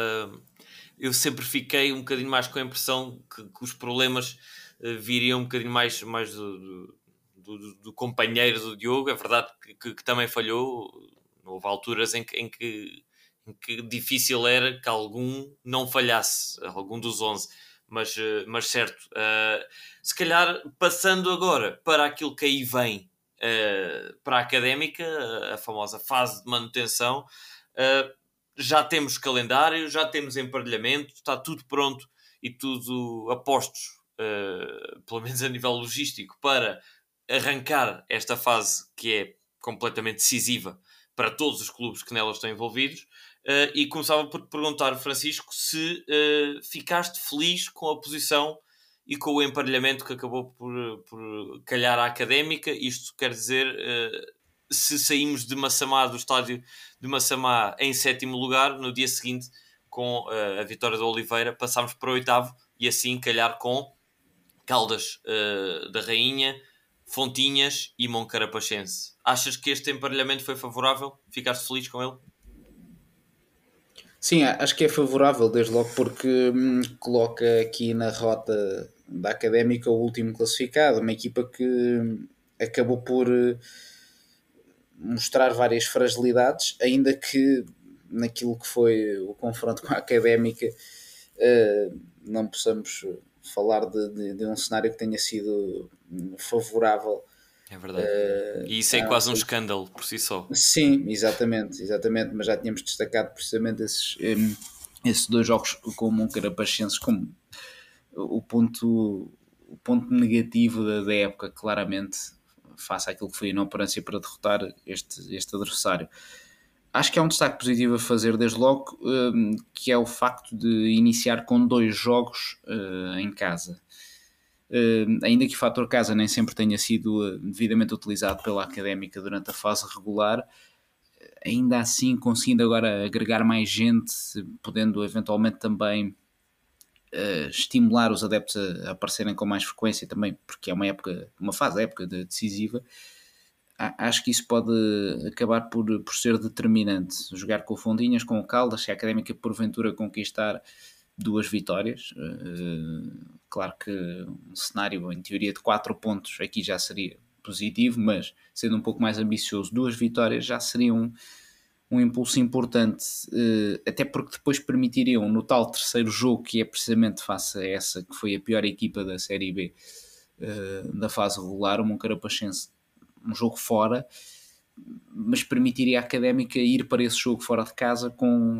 Speaker 1: Eu sempre fiquei um bocadinho mais com a impressão que os problemas viriam um bocadinho mais do companheiro do Diogo. É verdade que também falhou. Houve alturas em que difícil era que algum não falhasse, algum dos 11. Mas certo, se calhar passando agora para aquilo que aí vem, para a Académica, a famosa fase de manutenção, já temos calendário, já temos emparelhamento, está tudo pronto e tudo a postos, pelo menos a nível logístico, para arrancar esta fase que é completamente decisiva para todos os clubes que nela estão envolvidos. E começava por te perguntar, Francisco, se ficaste feliz com a posição e com o emparelhamento que acabou por calhar à Académica. Isto quer dizer, se saímos de Massamá, do estádio de Massamá, em 7º lugar, no dia seguinte, com a vitória do Oliveira, passámos para o 8º e assim calhar com Caldas da Rainha, Fontinhas e Moncarapachense. Achas que este emparelhamento foi favorável? Ficaste feliz com ele?
Speaker 2: Sim, acho que é favorável, desde logo porque coloca aqui na rota da Académica o último classificado, uma equipa que acabou por mostrar várias fragilidades, ainda que naquilo que foi o confronto com a Académica não possamos falar de um cenário que tenha sido favorável.
Speaker 1: É verdade. E isso é quase um escândalo por si só.
Speaker 2: Sim, exatamente, mas já tínhamos destacado precisamente esses dois jogos com o Moncarapachense como o ponto negativo da época, claramente, face àquilo que foi a inoperância para derrotar este adversário. Acho que há um destaque positivo a fazer desde logo, que é o facto de iniciar com 2 jogos em casa. Ainda que o fator casa nem sempre tenha sido devidamente utilizado pela Académica durante a fase regular, ainda assim conseguindo agora agregar mais gente, podendo eventualmente também estimular os adeptos a aparecerem com mais frequência também, porque é uma fase época decisiva. Acho que isso pode acabar por ser determinante. Jogar com o Fontinhas, com o Caldas, se a Académica porventura conquistar 2 vitórias, claro que um cenário em teoria de 4 pontos aqui já seria positivo, mas sendo um pouco mais ambicioso, 2 vitórias já seriam um impulso importante, até porque depois permitiriam no tal terceiro jogo, que é precisamente face a essa que foi a pior equipa da Série B da fase regular, o Moncarapachense, um jogo fora, mas permitiria à Académica ir para esse jogo fora de casa com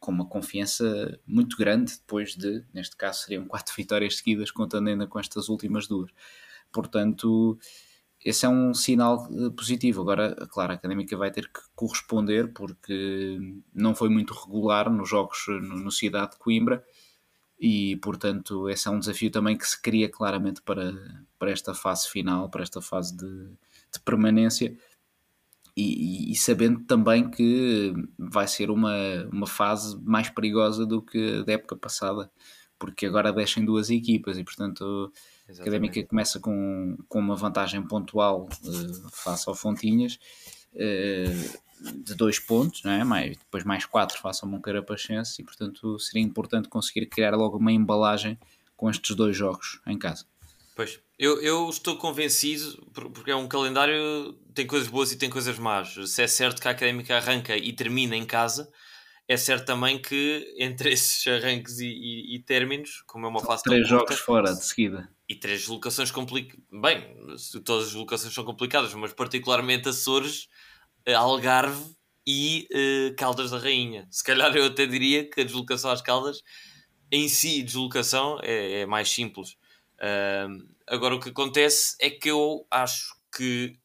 Speaker 2: com uma confiança muito grande depois de, neste caso seriam 4 vitórias seguidas, contando ainda com estas últimas 2. Portanto, esse é um sinal positivo. Agora, claro, a Académica vai ter que corresponder porque não foi muito regular nos jogos no Cidade de Coimbra e, portanto, esse é um desafio também que se cria claramente para esta fase final, para esta fase de permanência e sabendo também que vai ser uma fase mais perigosa do que a da época passada, porque agora descem 2 equipas e, portanto, a Académica começa com uma vantagem pontual face ao Fontinhas de 2 pontos, não é? Depois mais 4 face ao Moncarapachense e, portanto, seria importante conseguir criar logo uma embalagem com estes 2 jogos em casa.
Speaker 1: Pois, eu estou convencido, porque é um calendário, tem coisas boas e tem coisas más. Se é certo que a Académica arranca e termina em casa, é certo também que entre esses arranques e términos, como é uma fase tão
Speaker 2: 3
Speaker 1: curta,
Speaker 2: jogos fora de seguida.
Speaker 1: E 3 deslocações complicadas. Bem, todas as deslocações são complicadas, mas particularmente Açores, Algarve e Caldas da Rainha. Se calhar eu até diria que a deslocação às Caldas, em si, deslocação, é mais simples. Agora o que acontece é que eu acho que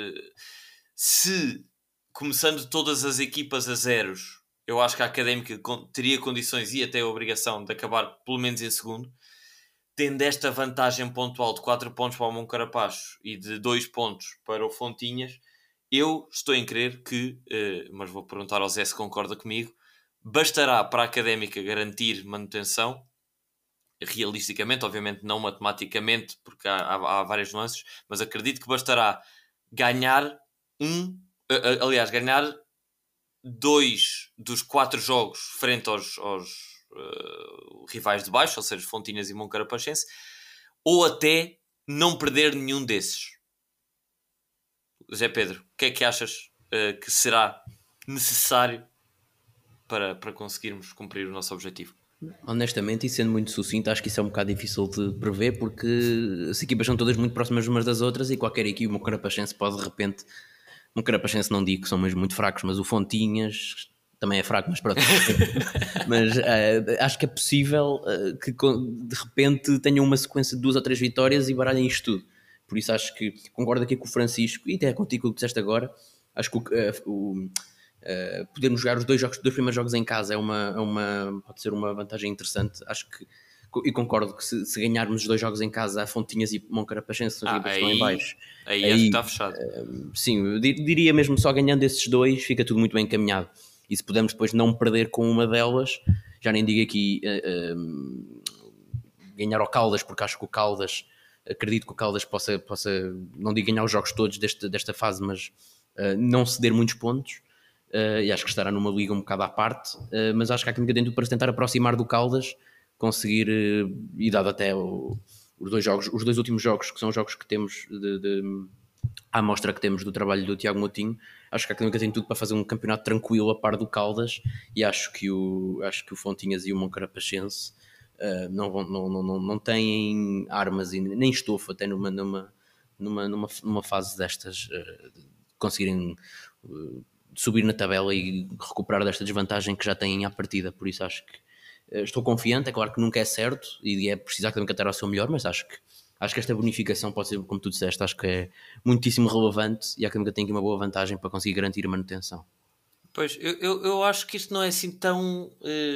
Speaker 1: se começando todas as equipas a zeros, eu acho que a Académica teria condições e até a obrigação de acabar pelo menos em segundo, tendo esta vantagem pontual de 4 pontos para o Moncarapaz e de 2 pontos para o Fontinhas. Eu estou em crer que, mas vou perguntar ao Zé se concorda comigo, bastará para a Académica garantir manutenção, realisticamente, obviamente não matematicamente, porque há várias nuances, mas acredito que bastará ganhar ganhar 2 dos 4 jogos frente aos rivais de baixo, ou seja, Fontinhas e Moncarapachense, ou até não perder nenhum desses. Zé Pedro, o que é que achas que será necessário para conseguirmos cumprir o nosso objetivo?
Speaker 3: Honestamente, e sendo muito sucinto, acho que isso é um bocado difícil de prever porque as equipas são todas muito próximas umas das outras e qualquer equipa, o Moncarapachense pode de repente, o Moncarapachense não digo que são mesmo muito fracos, mas o Fontinhas também é fraco, mas pronto. Mas acho que é possível que de repente tenham uma sequência de 2 ou 3 vitórias e baralhem isto tudo. Por isso acho que concordo aqui com o Francisco e até contigo o que disseste agora. Acho que podermos jogar os 2 primeiros jogos em casa pode ser uma vantagem interessante. Acho que e concordo que se ganharmos os 2 jogos em casa, a Fontinhas e Moncarapachense são equipas que estão em baixo.
Speaker 1: Aí acho que está fechado.
Speaker 3: Sim, eu diria mesmo só ganhando esses 2 fica tudo muito bem encaminhado. E se pudermos depois não perder com uma delas, já nem digo aqui ganhar ao Caldas, porque acho que o Caldas, acredito que o Caldas possa não digo ganhar os jogos todos desta fase, mas não ceder muitos pontos. E acho que estará numa liga um bocado à parte, mas acho que há aqui dentro para se tentar aproximar do Caldas, conseguir, e dado até os 2 últimos jogos, que são os jogos que temos à amostra que temos do trabalho do Tiago Moutinho, acho que a Académica tem tudo para fazer um campeonato tranquilo a par do Caldas e acho que o Fontinhas e o Moncarapachense não têm armas e nem estofo até numa fase destas conseguirem subir na tabela e recuperar desta desvantagem que já têm à partida. Por isso acho que estou confiante. É claro que nunca é certo e é preciso a Académica ter ao seu melhor, mas acho que esta bonificação pode ser, como tu disseste, acho que é muitíssimo relevante e a Académica tem aqui uma boa vantagem para conseguir garantir a manutenção.
Speaker 1: Pois, eu acho que isto não é assim tão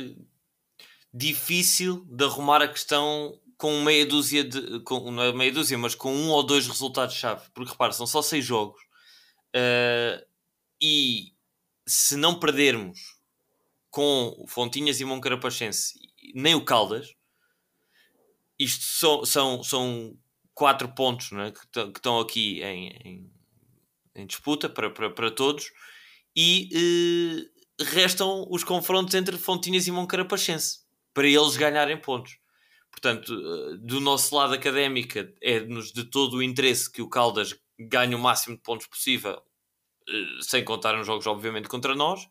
Speaker 1: difícil de arrumar a questão com meia dúzia não é meia dúzia, mas com 1 ou 2 resultados-chave, porque repara, são só 6 jogos e se não perdermos com o Fontinhas e Moncarapachense nem o Caldas, isto são 4 pontos, não é? que estão aqui em disputa para todos e restam os confrontos entre Fontinhas e Moncarapachense para eles ganharem pontos. Portanto, do nosso lado Académica é-nos de todo o interesse que o Caldas ganhe o máximo de pontos possível, sem contar nos jogos obviamente contra nós,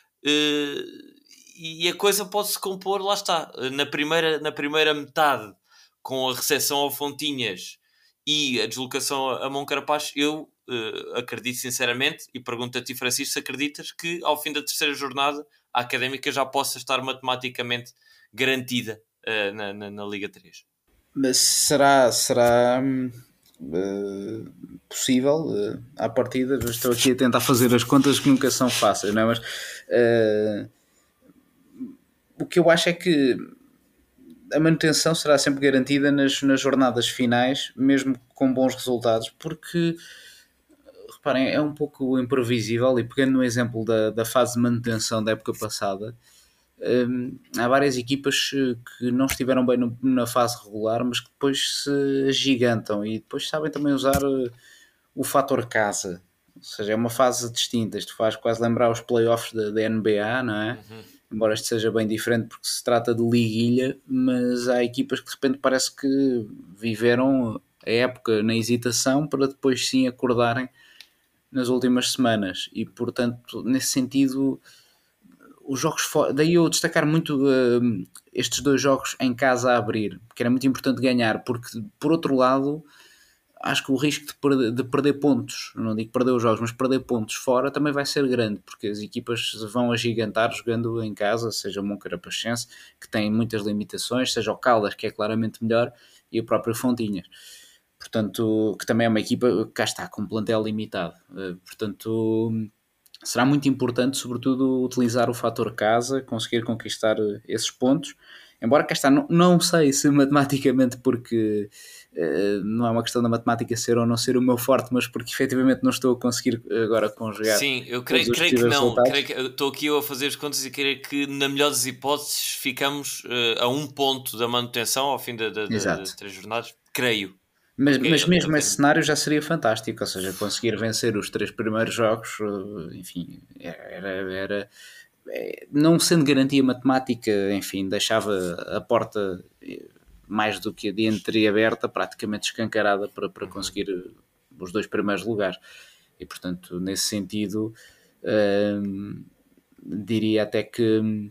Speaker 1: e a coisa pode-se compor, lá está, na primeira metade, com a recepção ao Fontinhas e a deslocação a Moncarapaz. Eu acredito sinceramente, e pergunto a ti, Francisco, se acreditas que ao fim da terceira jornada a Académica já possa estar matematicamente garantida na Liga 3.
Speaker 2: Mas será possível à partida? Eu estou aqui a tentar fazer as contas que nunca são fáceis, não é? Mas o que eu acho é que a manutenção será sempre garantida nas jornadas finais, mesmo com bons resultados, porque reparem, é um pouco imprevisível. E pegando no exemplo da fase de manutenção da época passada, há várias equipas que não estiveram bem na fase regular, mas que depois se gigantam e depois sabem também usar o fator casa. Ou seja, é uma fase distinta. Isto faz quase lembrar os playoffs da NBA, não é? Embora isto seja bem diferente porque se trata de liguilha, mas há equipas que de repente parece que viveram a época na hesitação para depois sim acordarem nas últimas semanas. E portanto, nesse sentido, os jogos daí eu destacar muito estes 2 jogos em casa a abrir, que era muito importante ganhar, porque por outro lado acho que o risco de perder pontos, não digo perder os jogos, mas perder pontos fora também vai ser grande, porque as equipas vão agigantar jogando em casa, seja o Moncarapachense, que tem muitas limitações, seja o Caldas, que é claramente melhor, e o próprio Fontinhas, portanto, que também é uma equipa que cá está com um plantel limitado. Portanto, será muito importante, sobretudo, utilizar o fator casa, conseguir conquistar esses pontos. Embora cá está, não sei se matematicamente, porque não é uma questão da matemática ser ou não ser o meu forte, mas porque efetivamente não estou a conseguir agora conjugar.
Speaker 1: Sim, eu creio que não. Estou aqui eu a fazer as contas e creio que, na melhor das hipóteses, ficamos a 1 ponto da manutenção ao fim das 3 jornadas. Creio.
Speaker 2: Mas mesmo esse cenário já seria fantástico, ou seja, conseguir vencer os 3 primeiros jogos, enfim, era não sendo garantia matemática, enfim, deixava a porta mais do que entreaberta, praticamente escancarada para conseguir os 2 primeiros lugares. E portanto, nesse sentido, diria até que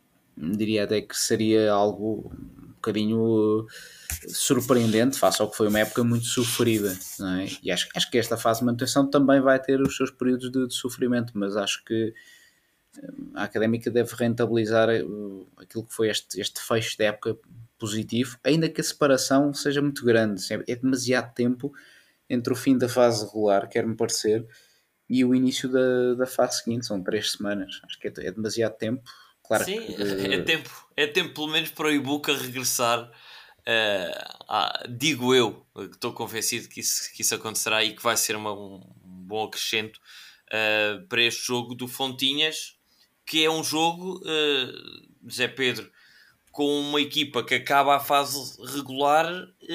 Speaker 2: seria algo um bocadinho surpreendente face ao que foi uma época muito sofrida, não é? E acho que esta fase de manutenção também vai ter os seus períodos de sofrimento, mas acho que a Académica deve rentabilizar aquilo que foi este fecho de época positivo, ainda que a separação seja muito grande. É demasiado tempo entre o fim da fase regular, quer-me parecer, e o início da fase seguinte. São 3 semanas, acho que é demasiado tempo. Claro.
Speaker 1: Sim, é tempo pelo menos para o Ibuka regressar. Digo eu, que estou convencido que isso acontecerá e que vai ser um bom acrescento para este jogo do Fontinhas, que é um jogo, Zé Pedro, com uma equipa que acaba a fase regular,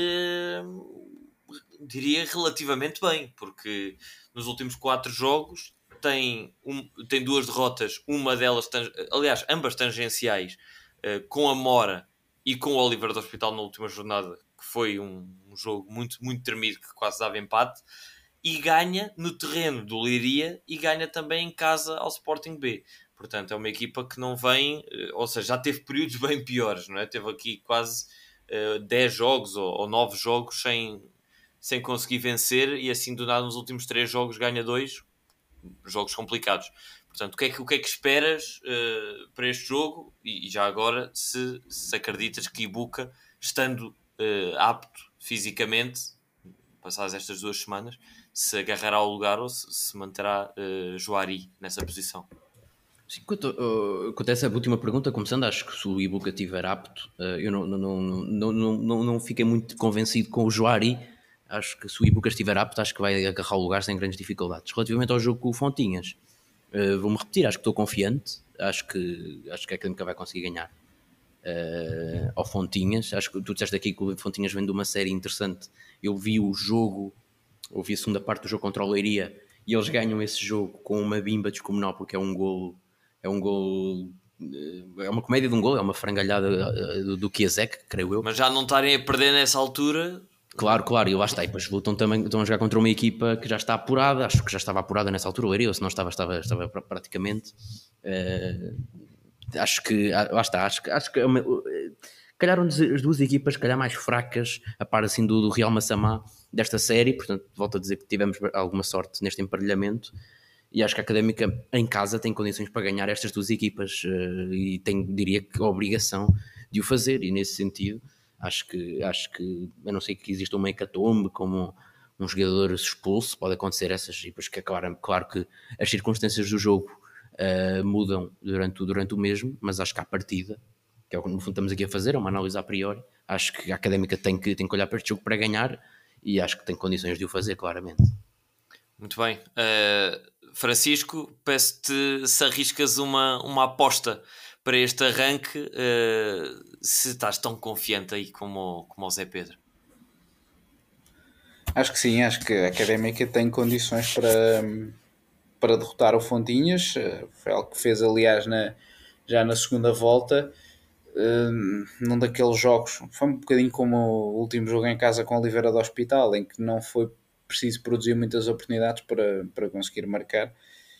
Speaker 1: diria relativamente bem, porque nos últimos 4 jogos tem 2 derrotas, uma delas, aliás, ambas tangenciais, com a Mora e com o Oliver do Hospital na última jornada, que foi um jogo muito, muito tremido, que quase dava empate, e ganha no terreno do Leiria e ganha também em casa ao Sporting B. Portanto, é uma equipa que não vem, ou seja, já teve períodos bem piores, não é? Teve aqui quase 10 jogos ou 9 jogos sem conseguir vencer, e assim do nada nos últimos 3 jogos ganha 2 jogos complicados. Portanto, o que é que esperas para este jogo? E já agora, se acreditas que Ibuka, estando apto fisicamente, passadas estas 2 semanas, se agarrará ao lugar ou se manterá Juari nessa posição?
Speaker 3: Sim, quanto a essa última pergunta, começando, acho que se o Ibuka estiver apto, eu não fiquei muito convencido com o Juari. Acho que se o Ibuka estiver apto, acho que vai agarrar o lugar sem grandes dificuldades. Relativamente ao jogo com o Fontinhas, vou-me repetir, acho que estou confiante, acho que a Académica vai conseguir ganhar ao Fontinhas. Acho que tu disseste aqui que o Fontinhas vem de uma série interessante. Eu vi o jogo, ouvi a segunda parte do jogo contra o Leiria, e eles ganham esse jogo com uma bimba descomunal, porque é um gol, é uma comédia de um gol, é uma frangalhada do Chiesek, creio eu.
Speaker 1: Mas já não estarem a perder nessa altura.
Speaker 3: Claro, e lá está. E depois estão a jogar contra uma equipa que já está apurada. Acho que já estava apurada nessa altura, o Leiria, ou se não estava praticamente. Acho que lá está. Acho que calhar as 2 equipas, calhar mais fracas, a par assim do Real Massamá, desta série, portanto volto a dizer que tivemos alguma sorte neste emparelhamento, e acho que a Académica em casa tem condições para ganhar estas duas equipas, e tem, diria que, a obrigação de o fazer, e nesse sentido acho que a não ser que exista uma hecatombe como um jogador expulso, pode acontecer essas equipas que acabaram, claro que as circunstâncias do jogo mudam durante o mesmo, mas acho que à partida, que é o que no fundo estamos aqui a fazer, é uma análise a priori, acho que a Académica tem que olhar para este jogo para ganhar, e acho que tem condições de o fazer, claramente.
Speaker 1: Muito bem. Francisco, peço-te se arriscas uma aposta para este arranque, se estás tão confiante aí como o Zé Pedro.
Speaker 2: Acho que sim, acho que a Académica tem condições para derrotar o Fontinhas. Foi algo que fez, aliás, já na segunda volta. Num daqueles jogos, foi um bocadinho como o último jogo em casa com a Oliveira do Hospital, em que não foi preciso produzir muitas oportunidades para conseguir marcar.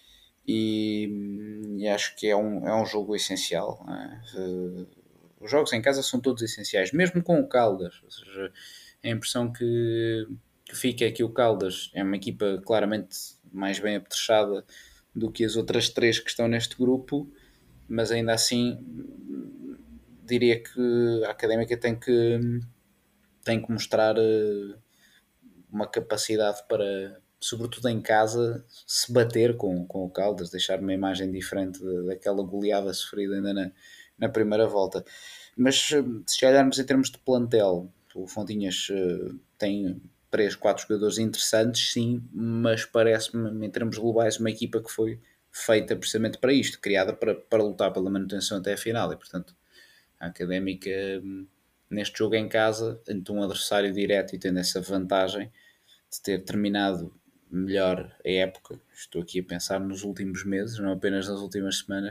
Speaker 2: E acho que é um jogo essencial. Os jogos em casa são todos essenciais, mesmo com o Caldas. Ou seja, a impressão que fica é que o Caldas é uma equipa claramente mais bem apetrechada do que as outras três que estão neste grupo, mas ainda assim diria que a Académica tem que mostrar uma capacidade para, sobretudo em casa, se bater com o Caldas, deixar uma imagem diferente daquela goleada sofrida ainda na primeira volta. Mas se olharmos em termos de plantel, o Fontinhas tem 3, 4 jogadores interessantes, sim, mas parece-me, em termos globais, uma equipa que foi feita precisamente para isto, criada para lutar pela manutenção até a final, e portanto a Académica neste jogo em casa, ante um adversário direto e tendo essa vantagem de ter terminado melhor a época, estou aqui a pensar nos últimos meses, não apenas nas últimas semanas,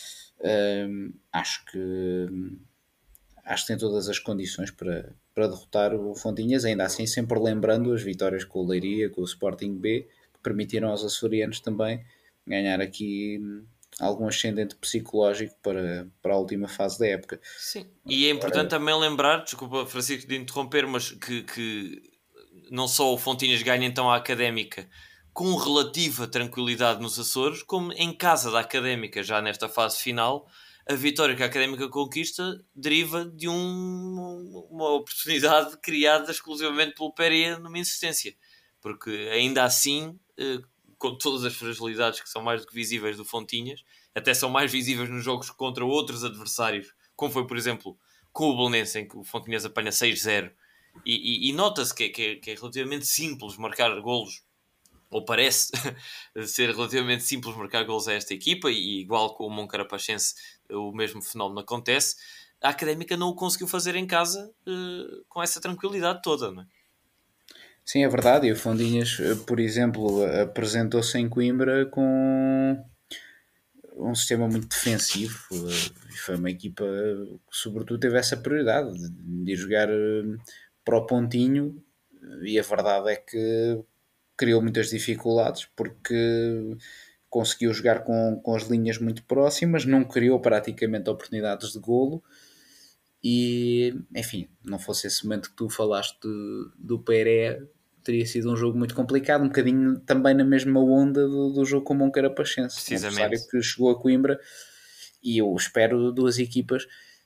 Speaker 2: acho que tem todas as condições para derrotar o Fontinhas, ainda assim sempre lembrando as vitórias com o Leiria, com o Sporting B, que permitiram aos açorianos também ganhar aqui algum ascendente psicológico para a última fase da época.
Speaker 1: Sim, e é importante também lembrar, desculpa Francisco de interromper, mas que não só o Fontinhas ganha então a Académica com relativa tranquilidade nos Açores, como em casa da Académica, já nesta fase final, a vitória que a Académica conquista deriva de uma oportunidade criada exclusivamente pelo Pereira numa insistência. Porque ainda assim, com todas as fragilidades que são mais do que visíveis do Fontinhas, até são mais visíveis nos jogos contra outros adversários, como foi, por exemplo, com o Belenenses, em que o Fontinhas apanha 6-0, e nota-se que é relativamente simples marcar golos, ou parece ser relativamente simples marcar golos a esta equipa, e igual com o Moncarapachense o mesmo fenómeno acontece. A Académica não o conseguiu fazer em casa com essa tranquilidade toda, não é?
Speaker 2: Sim, é verdade, e o Fontinhas, por exemplo, apresentou-se em Coimbra com um sistema muito defensivo, e foi uma equipa que sobretudo teve essa prioridade de ir jogar para o pontinho, e a verdade é que criou muitas dificuldades porque conseguiu jogar com as linhas muito próximas, não criou praticamente oportunidades de golo. E enfim, não fosse esse momento que tu falaste do Pereira, teria sido um jogo muito complicado, um bocadinho também na mesma onda do jogo com o Moncarapachense, um adversário que chegou a Coimbra, e eu espero duas equipas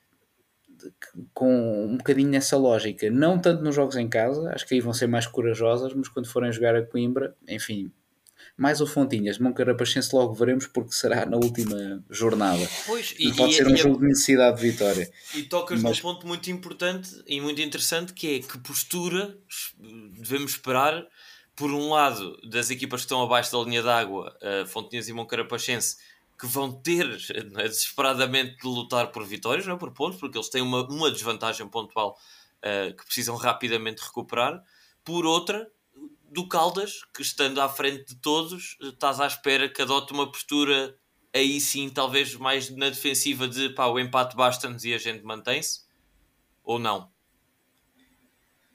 Speaker 2: com um bocadinho nessa lógica, não tanto nos jogos em casa, acho que aí vão ser mais corajosas, mas quando forem jogar a Coimbra, enfim, mais o Fontinhas, Moncarapachense logo veremos, porque será na última jornada.
Speaker 1: Pois,
Speaker 2: pode ser um jogo de necessidade de vitória.
Speaker 1: E tocas num ponto muito importante e muito interessante, que é que postura devemos esperar, por um lado, das equipas que estão abaixo da linha d'água, Fontinhas e Moncarapachense, que vão ter, não é, desesperadamente de lutar por vitórias, não é, por pontos, porque eles têm uma desvantagem pontual que precisam rapidamente recuperar. Por outra, do Caldas, que estando à frente de todos, estás à espera que adote uma postura aí sim, talvez mais na defensiva de o empate basta-nos e a gente mantém-se, ou não?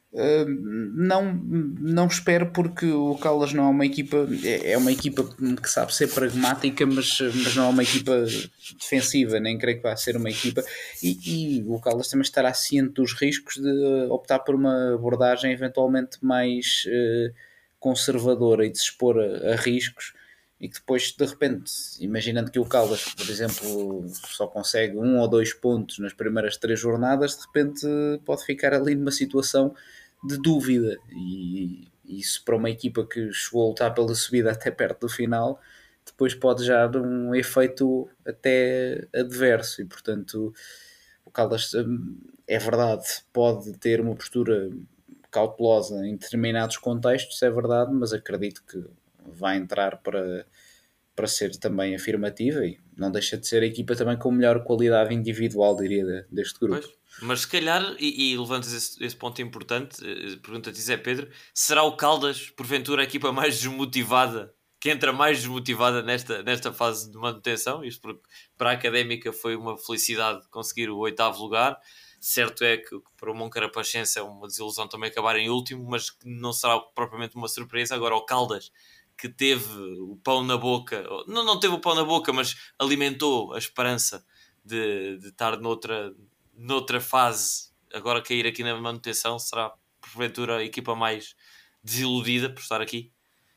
Speaker 2: Não espero, porque o Caldas não é uma equipa, é uma equipa que sabe ser pragmática, mas não é uma equipa defensiva, nem creio que vá ser uma equipa, e o Caldas também estará ciente dos riscos de optar por uma abordagem eventualmente mais conservadora e de se expor a riscos, e que depois, de repente, imaginando que o Caldas, por exemplo, só consegue 1 ou 2 pontos nas primeiras 3 jornadas, de repente pode ficar ali numa situação de dúvida, e isso para uma equipa que chegou a lutar pela subida até perto do final, depois pode já dar um efeito até adverso. E portanto o Caldas, é verdade, pode ter uma postura cautelosa em determinados contextos, é verdade, mas acredito que vai entrar para ser também afirmativa, e não deixa de ser a equipa também com melhor qualidade individual, diria, deste grupo.
Speaker 1: Pois. Mas se calhar, e levantas esse ponto importante, pergunta-te, Zé Pedro, será o Caldas, porventura, a equipa mais desmotivada, que entra mais desmotivada nesta fase de manutenção? Isto porque para a Académica foi uma felicidade conseguir o 8º lugar. Certo é que para o Moncarapachense é uma desilusão também acabar em último, mas que não será propriamente uma surpresa. Agora o Caldas, que teve o pão na boca, não teve o pão na boca, mas alimentou a esperança de estar noutra fase, agora cair aqui na manutenção, será porventura a equipa mais desiludida por estar aqui?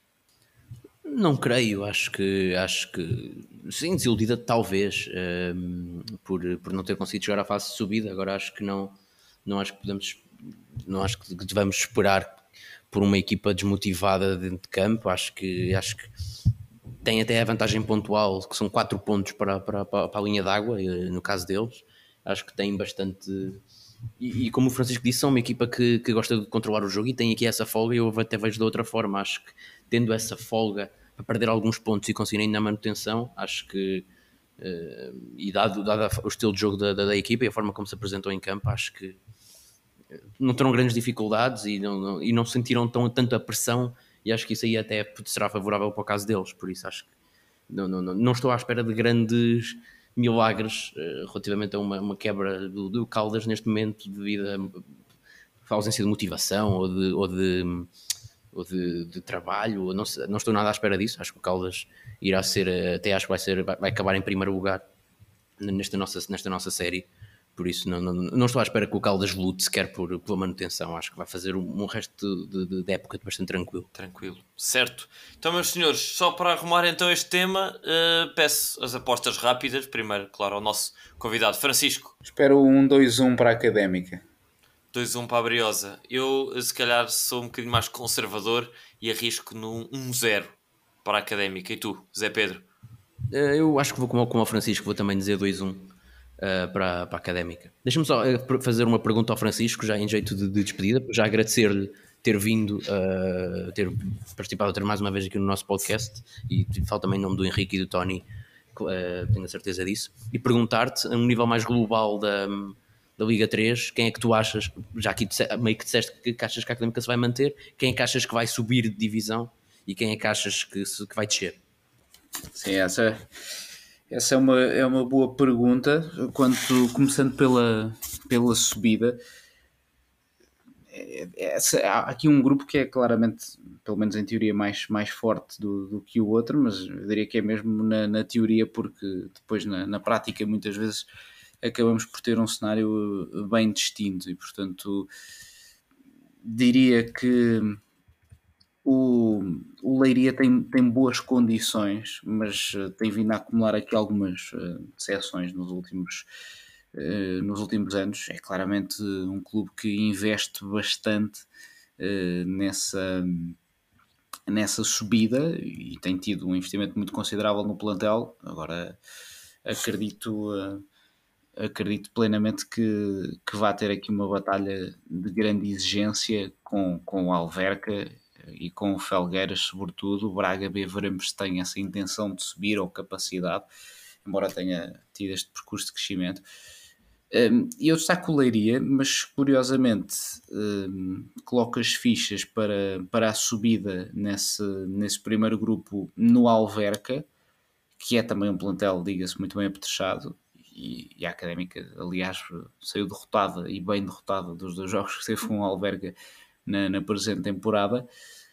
Speaker 3: Não creio, acho que sim, desiludida talvez, por não ter conseguido chegar à fase de subida. Agora acho que não acho que não acho que devemos esperar por uma equipa desmotivada dentro de campo. Acho que tem até a vantagem pontual, que são 4 pontos para a linha d'água, no caso deles. Acho que tem bastante. E como o Francisco disse, são uma equipa que gosta de controlar o jogo e tem aqui essa folga. Eu até vejo de outra forma. Acho que tendo essa folga para perder alguns pontos e conseguirem na manutenção, acho que, e dado o estilo de jogo da equipa e a forma como se apresentou em campo, acho que não terão grandes dificuldades e não sentiram tanto a pressão, e acho que isso aí até será favorável para o caso deles. Por isso acho que não estou à espera de grandes milagres relativamente a uma quebra do Caldas neste momento, devido à ausência de motivação ou de trabalho. Não estou nada à espera disso. Acho que o Caldas irá ser, até acho que vai acabar em primeiro lugar nesta nossa série. Por isso não estou à espera que o Caldas lute sequer pela manutenção. Acho que vai fazer um resto de época bastante tranquilo.
Speaker 1: Tranquilo, certo. Então, meus senhores, só para arrumar então este tema, peço as apostas rápidas. Primeiro, claro, ao nosso convidado Francisco.
Speaker 2: Espero 1-2-1 para a Académica.
Speaker 1: 2-1 para a Briosa. Eu, se calhar, sou um bocadinho mais conservador e arrisco no 1-0 para a Académica. E tu, Zé Pedro?
Speaker 3: Eu acho que vou como o Francisco, vou também dizer 2-1 para a Académica. Deixa-me só fazer uma pergunta ao Francisco, já em jeito de despedida, já agradecer-lhe ter vindo, ter participado mais uma vez aqui no nosso podcast, e falo também em nome do Henrique e do Tony, tenho a certeza disso, e perguntar-te, a um nível mais global da Liga 3, quem é que tu achas, já aqui meio que disseste que achas que a Académica se vai manter, quem é que achas que vai subir de divisão e quem é que achas que vai descer?
Speaker 2: Sim, essa é uma boa pergunta. Começando pela subida, há aqui um grupo que é claramente, pelo menos em teoria, mais forte do que o outro, mas eu diria que é mesmo na teoria, porque depois na prática muitas vezes acabamos por ter um cenário bem distinto, e portanto diria que o Leiria tem boas condições, mas tem vindo a acumular aqui algumas decepções nos últimos anos. É claramente um clube que investe bastante nessa subida, e tem tido um investimento muito considerável no plantel. Agora acredito plenamente que vai ter aqui uma batalha de grande exigência com o Alverca e com o Felgueiras, sobretudo. O Braga B, veremos se tem essa intenção de subir ou capacidade, embora tenha tido este percurso de crescimento. E eu destaco o Leiria, mas curiosamente coloco as fichas para a subida nesse primeiro grupo no Alverca, que é também um plantel, diga-se, muito bem apetrechado, e a Académica, aliás, saiu derrotada e bem derrotada dos 2 jogos que teve com o Alverca na presente temporada.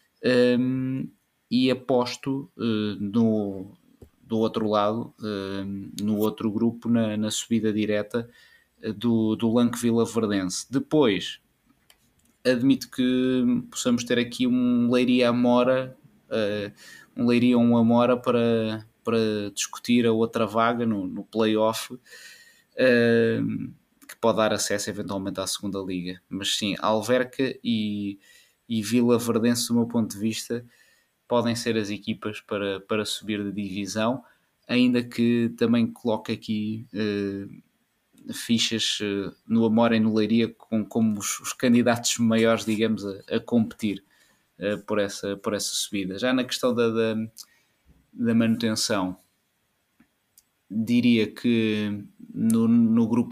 Speaker 2: E aposto do outro lado, no outro grupo, na subida direta do Lanque Vilaverdense. Depois, admito que possamos ter aqui um Leiria-Amora, um Leiria ou um Amora para discutir a outra vaga no play-off, que pode dar acesso eventualmente à segunda liga. Mas sim, Alverca e Vilaverdense, do meu ponto de vista, podem ser as equipas para subir de divisão, ainda que também coloque aqui fichas no Amora e no Leiria como os candidatos maiores, digamos, a competir por essa subida. Já na questão da manutenção, diria que no grupo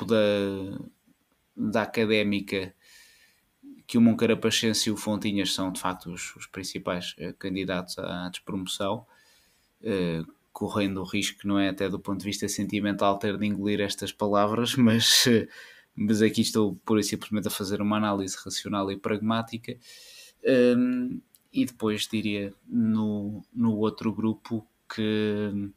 Speaker 2: da Académica, que o Moncarapachense e o Fontinhas são de facto os principais candidatos à despromoção, correndo o risco, não é, até do ponto de vista sentimental, ter de engolir estas palavras, mas aqui estou pura e simplesmente a fazer uma análise racional e pragmática. E depois diria no outro grupo que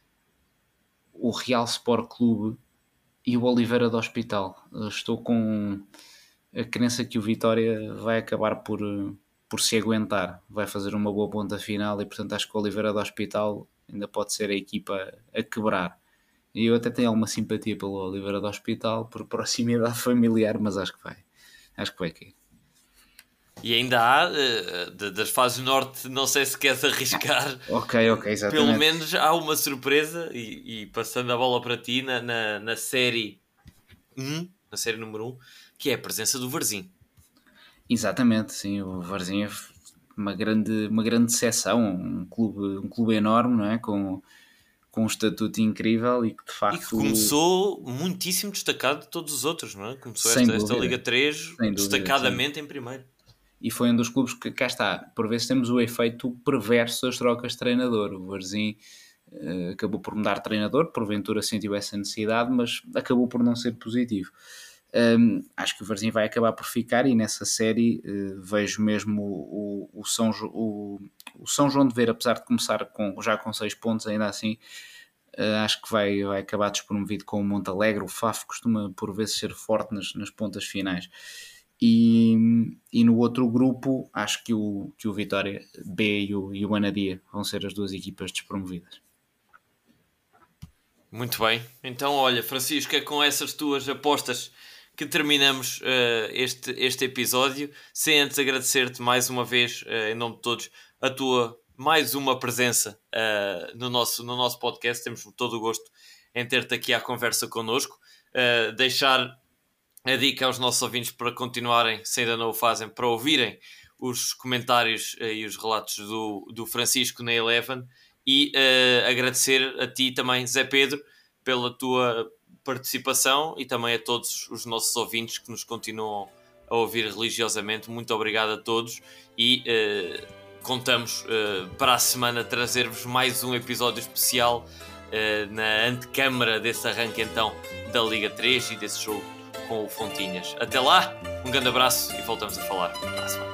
Speaker 2: o Real Sport Clube e o Oliveira do Hospital. Estou com a crença que o Vitória vai acabar por se aguentar, vai fazer uma boa ponta final e portanto acho que o Oliveira do Hospital ainda pode ser a equipa a quebrar. E eu até tenho alguma simpatia pelo Oliveira do Hospital por proximidade familiar, mas acho que vai cair.
Speaker 1: E ainda há, das fases norte, não sei se queres arriscar.
Speaker 2: Ok, exatamente.
Speaker 1: Pelo menos há uma surpresa, e passando a bola para ti, na série 1, na série número 1, que é a presença do Varzim.
Speaker 2: Exatamente, sim, o Varzim é uma grande decepção, um clube enorme, não é? Com um estatuto incrível e que de facto...
Speaker 1: E que começou muitíssimo destacado de todos os outros, não é? Começou esta Liga 3 destacadamente em primeiro.
Speaker 2: E foi um dos clubes que, cá está, por vezes temos o efeito perverso das trocas de treinador. O Varzim acabou por mudar de treinador, porventura sentiu essa necessidade, mas acabou por não ser positivo. Acho que o Varzim vai acabar por ficar e nessa série vejo mesmo o São João de Ver, apesar de começar já com 6 pontos, ainda assim acho que vai acabar despromovido com o Montalegre. O Faf costuma por vezes ser forte nas pontas finais. E no outro grupo acho que o Vitória B e o Anadia vão ser as 2 equipas despromovidas.
Speaker 1: Muito bem, então olha, Francisco, é com essas tuas apostas que terminamos este episódio, sem antes agradecer-te mais uma vez, em nome de todos, a tua mais uma presença no nosso podcast. Temos todo o gosto em ter-te aqui à conversa connosco. Deixar a dica aos nossos ouvintes para continuarem, se ainda não o fazem, para ouvirem os comentários e os relatos do Francisco na Eleven, e agradecer a ti também, Zé Pedro, pela tua participação, e também a todos os nossos ouvintes que nos continuam a ouvir religiosamente. Muito obrigado a todos e contamos para a semana trazer-vos mais um episódio especial na antecâmara desse arranque então da Liga 3 e desse jogo com o Fontinhas. Até lá, um grande abraço e voltamos a falar para a semana.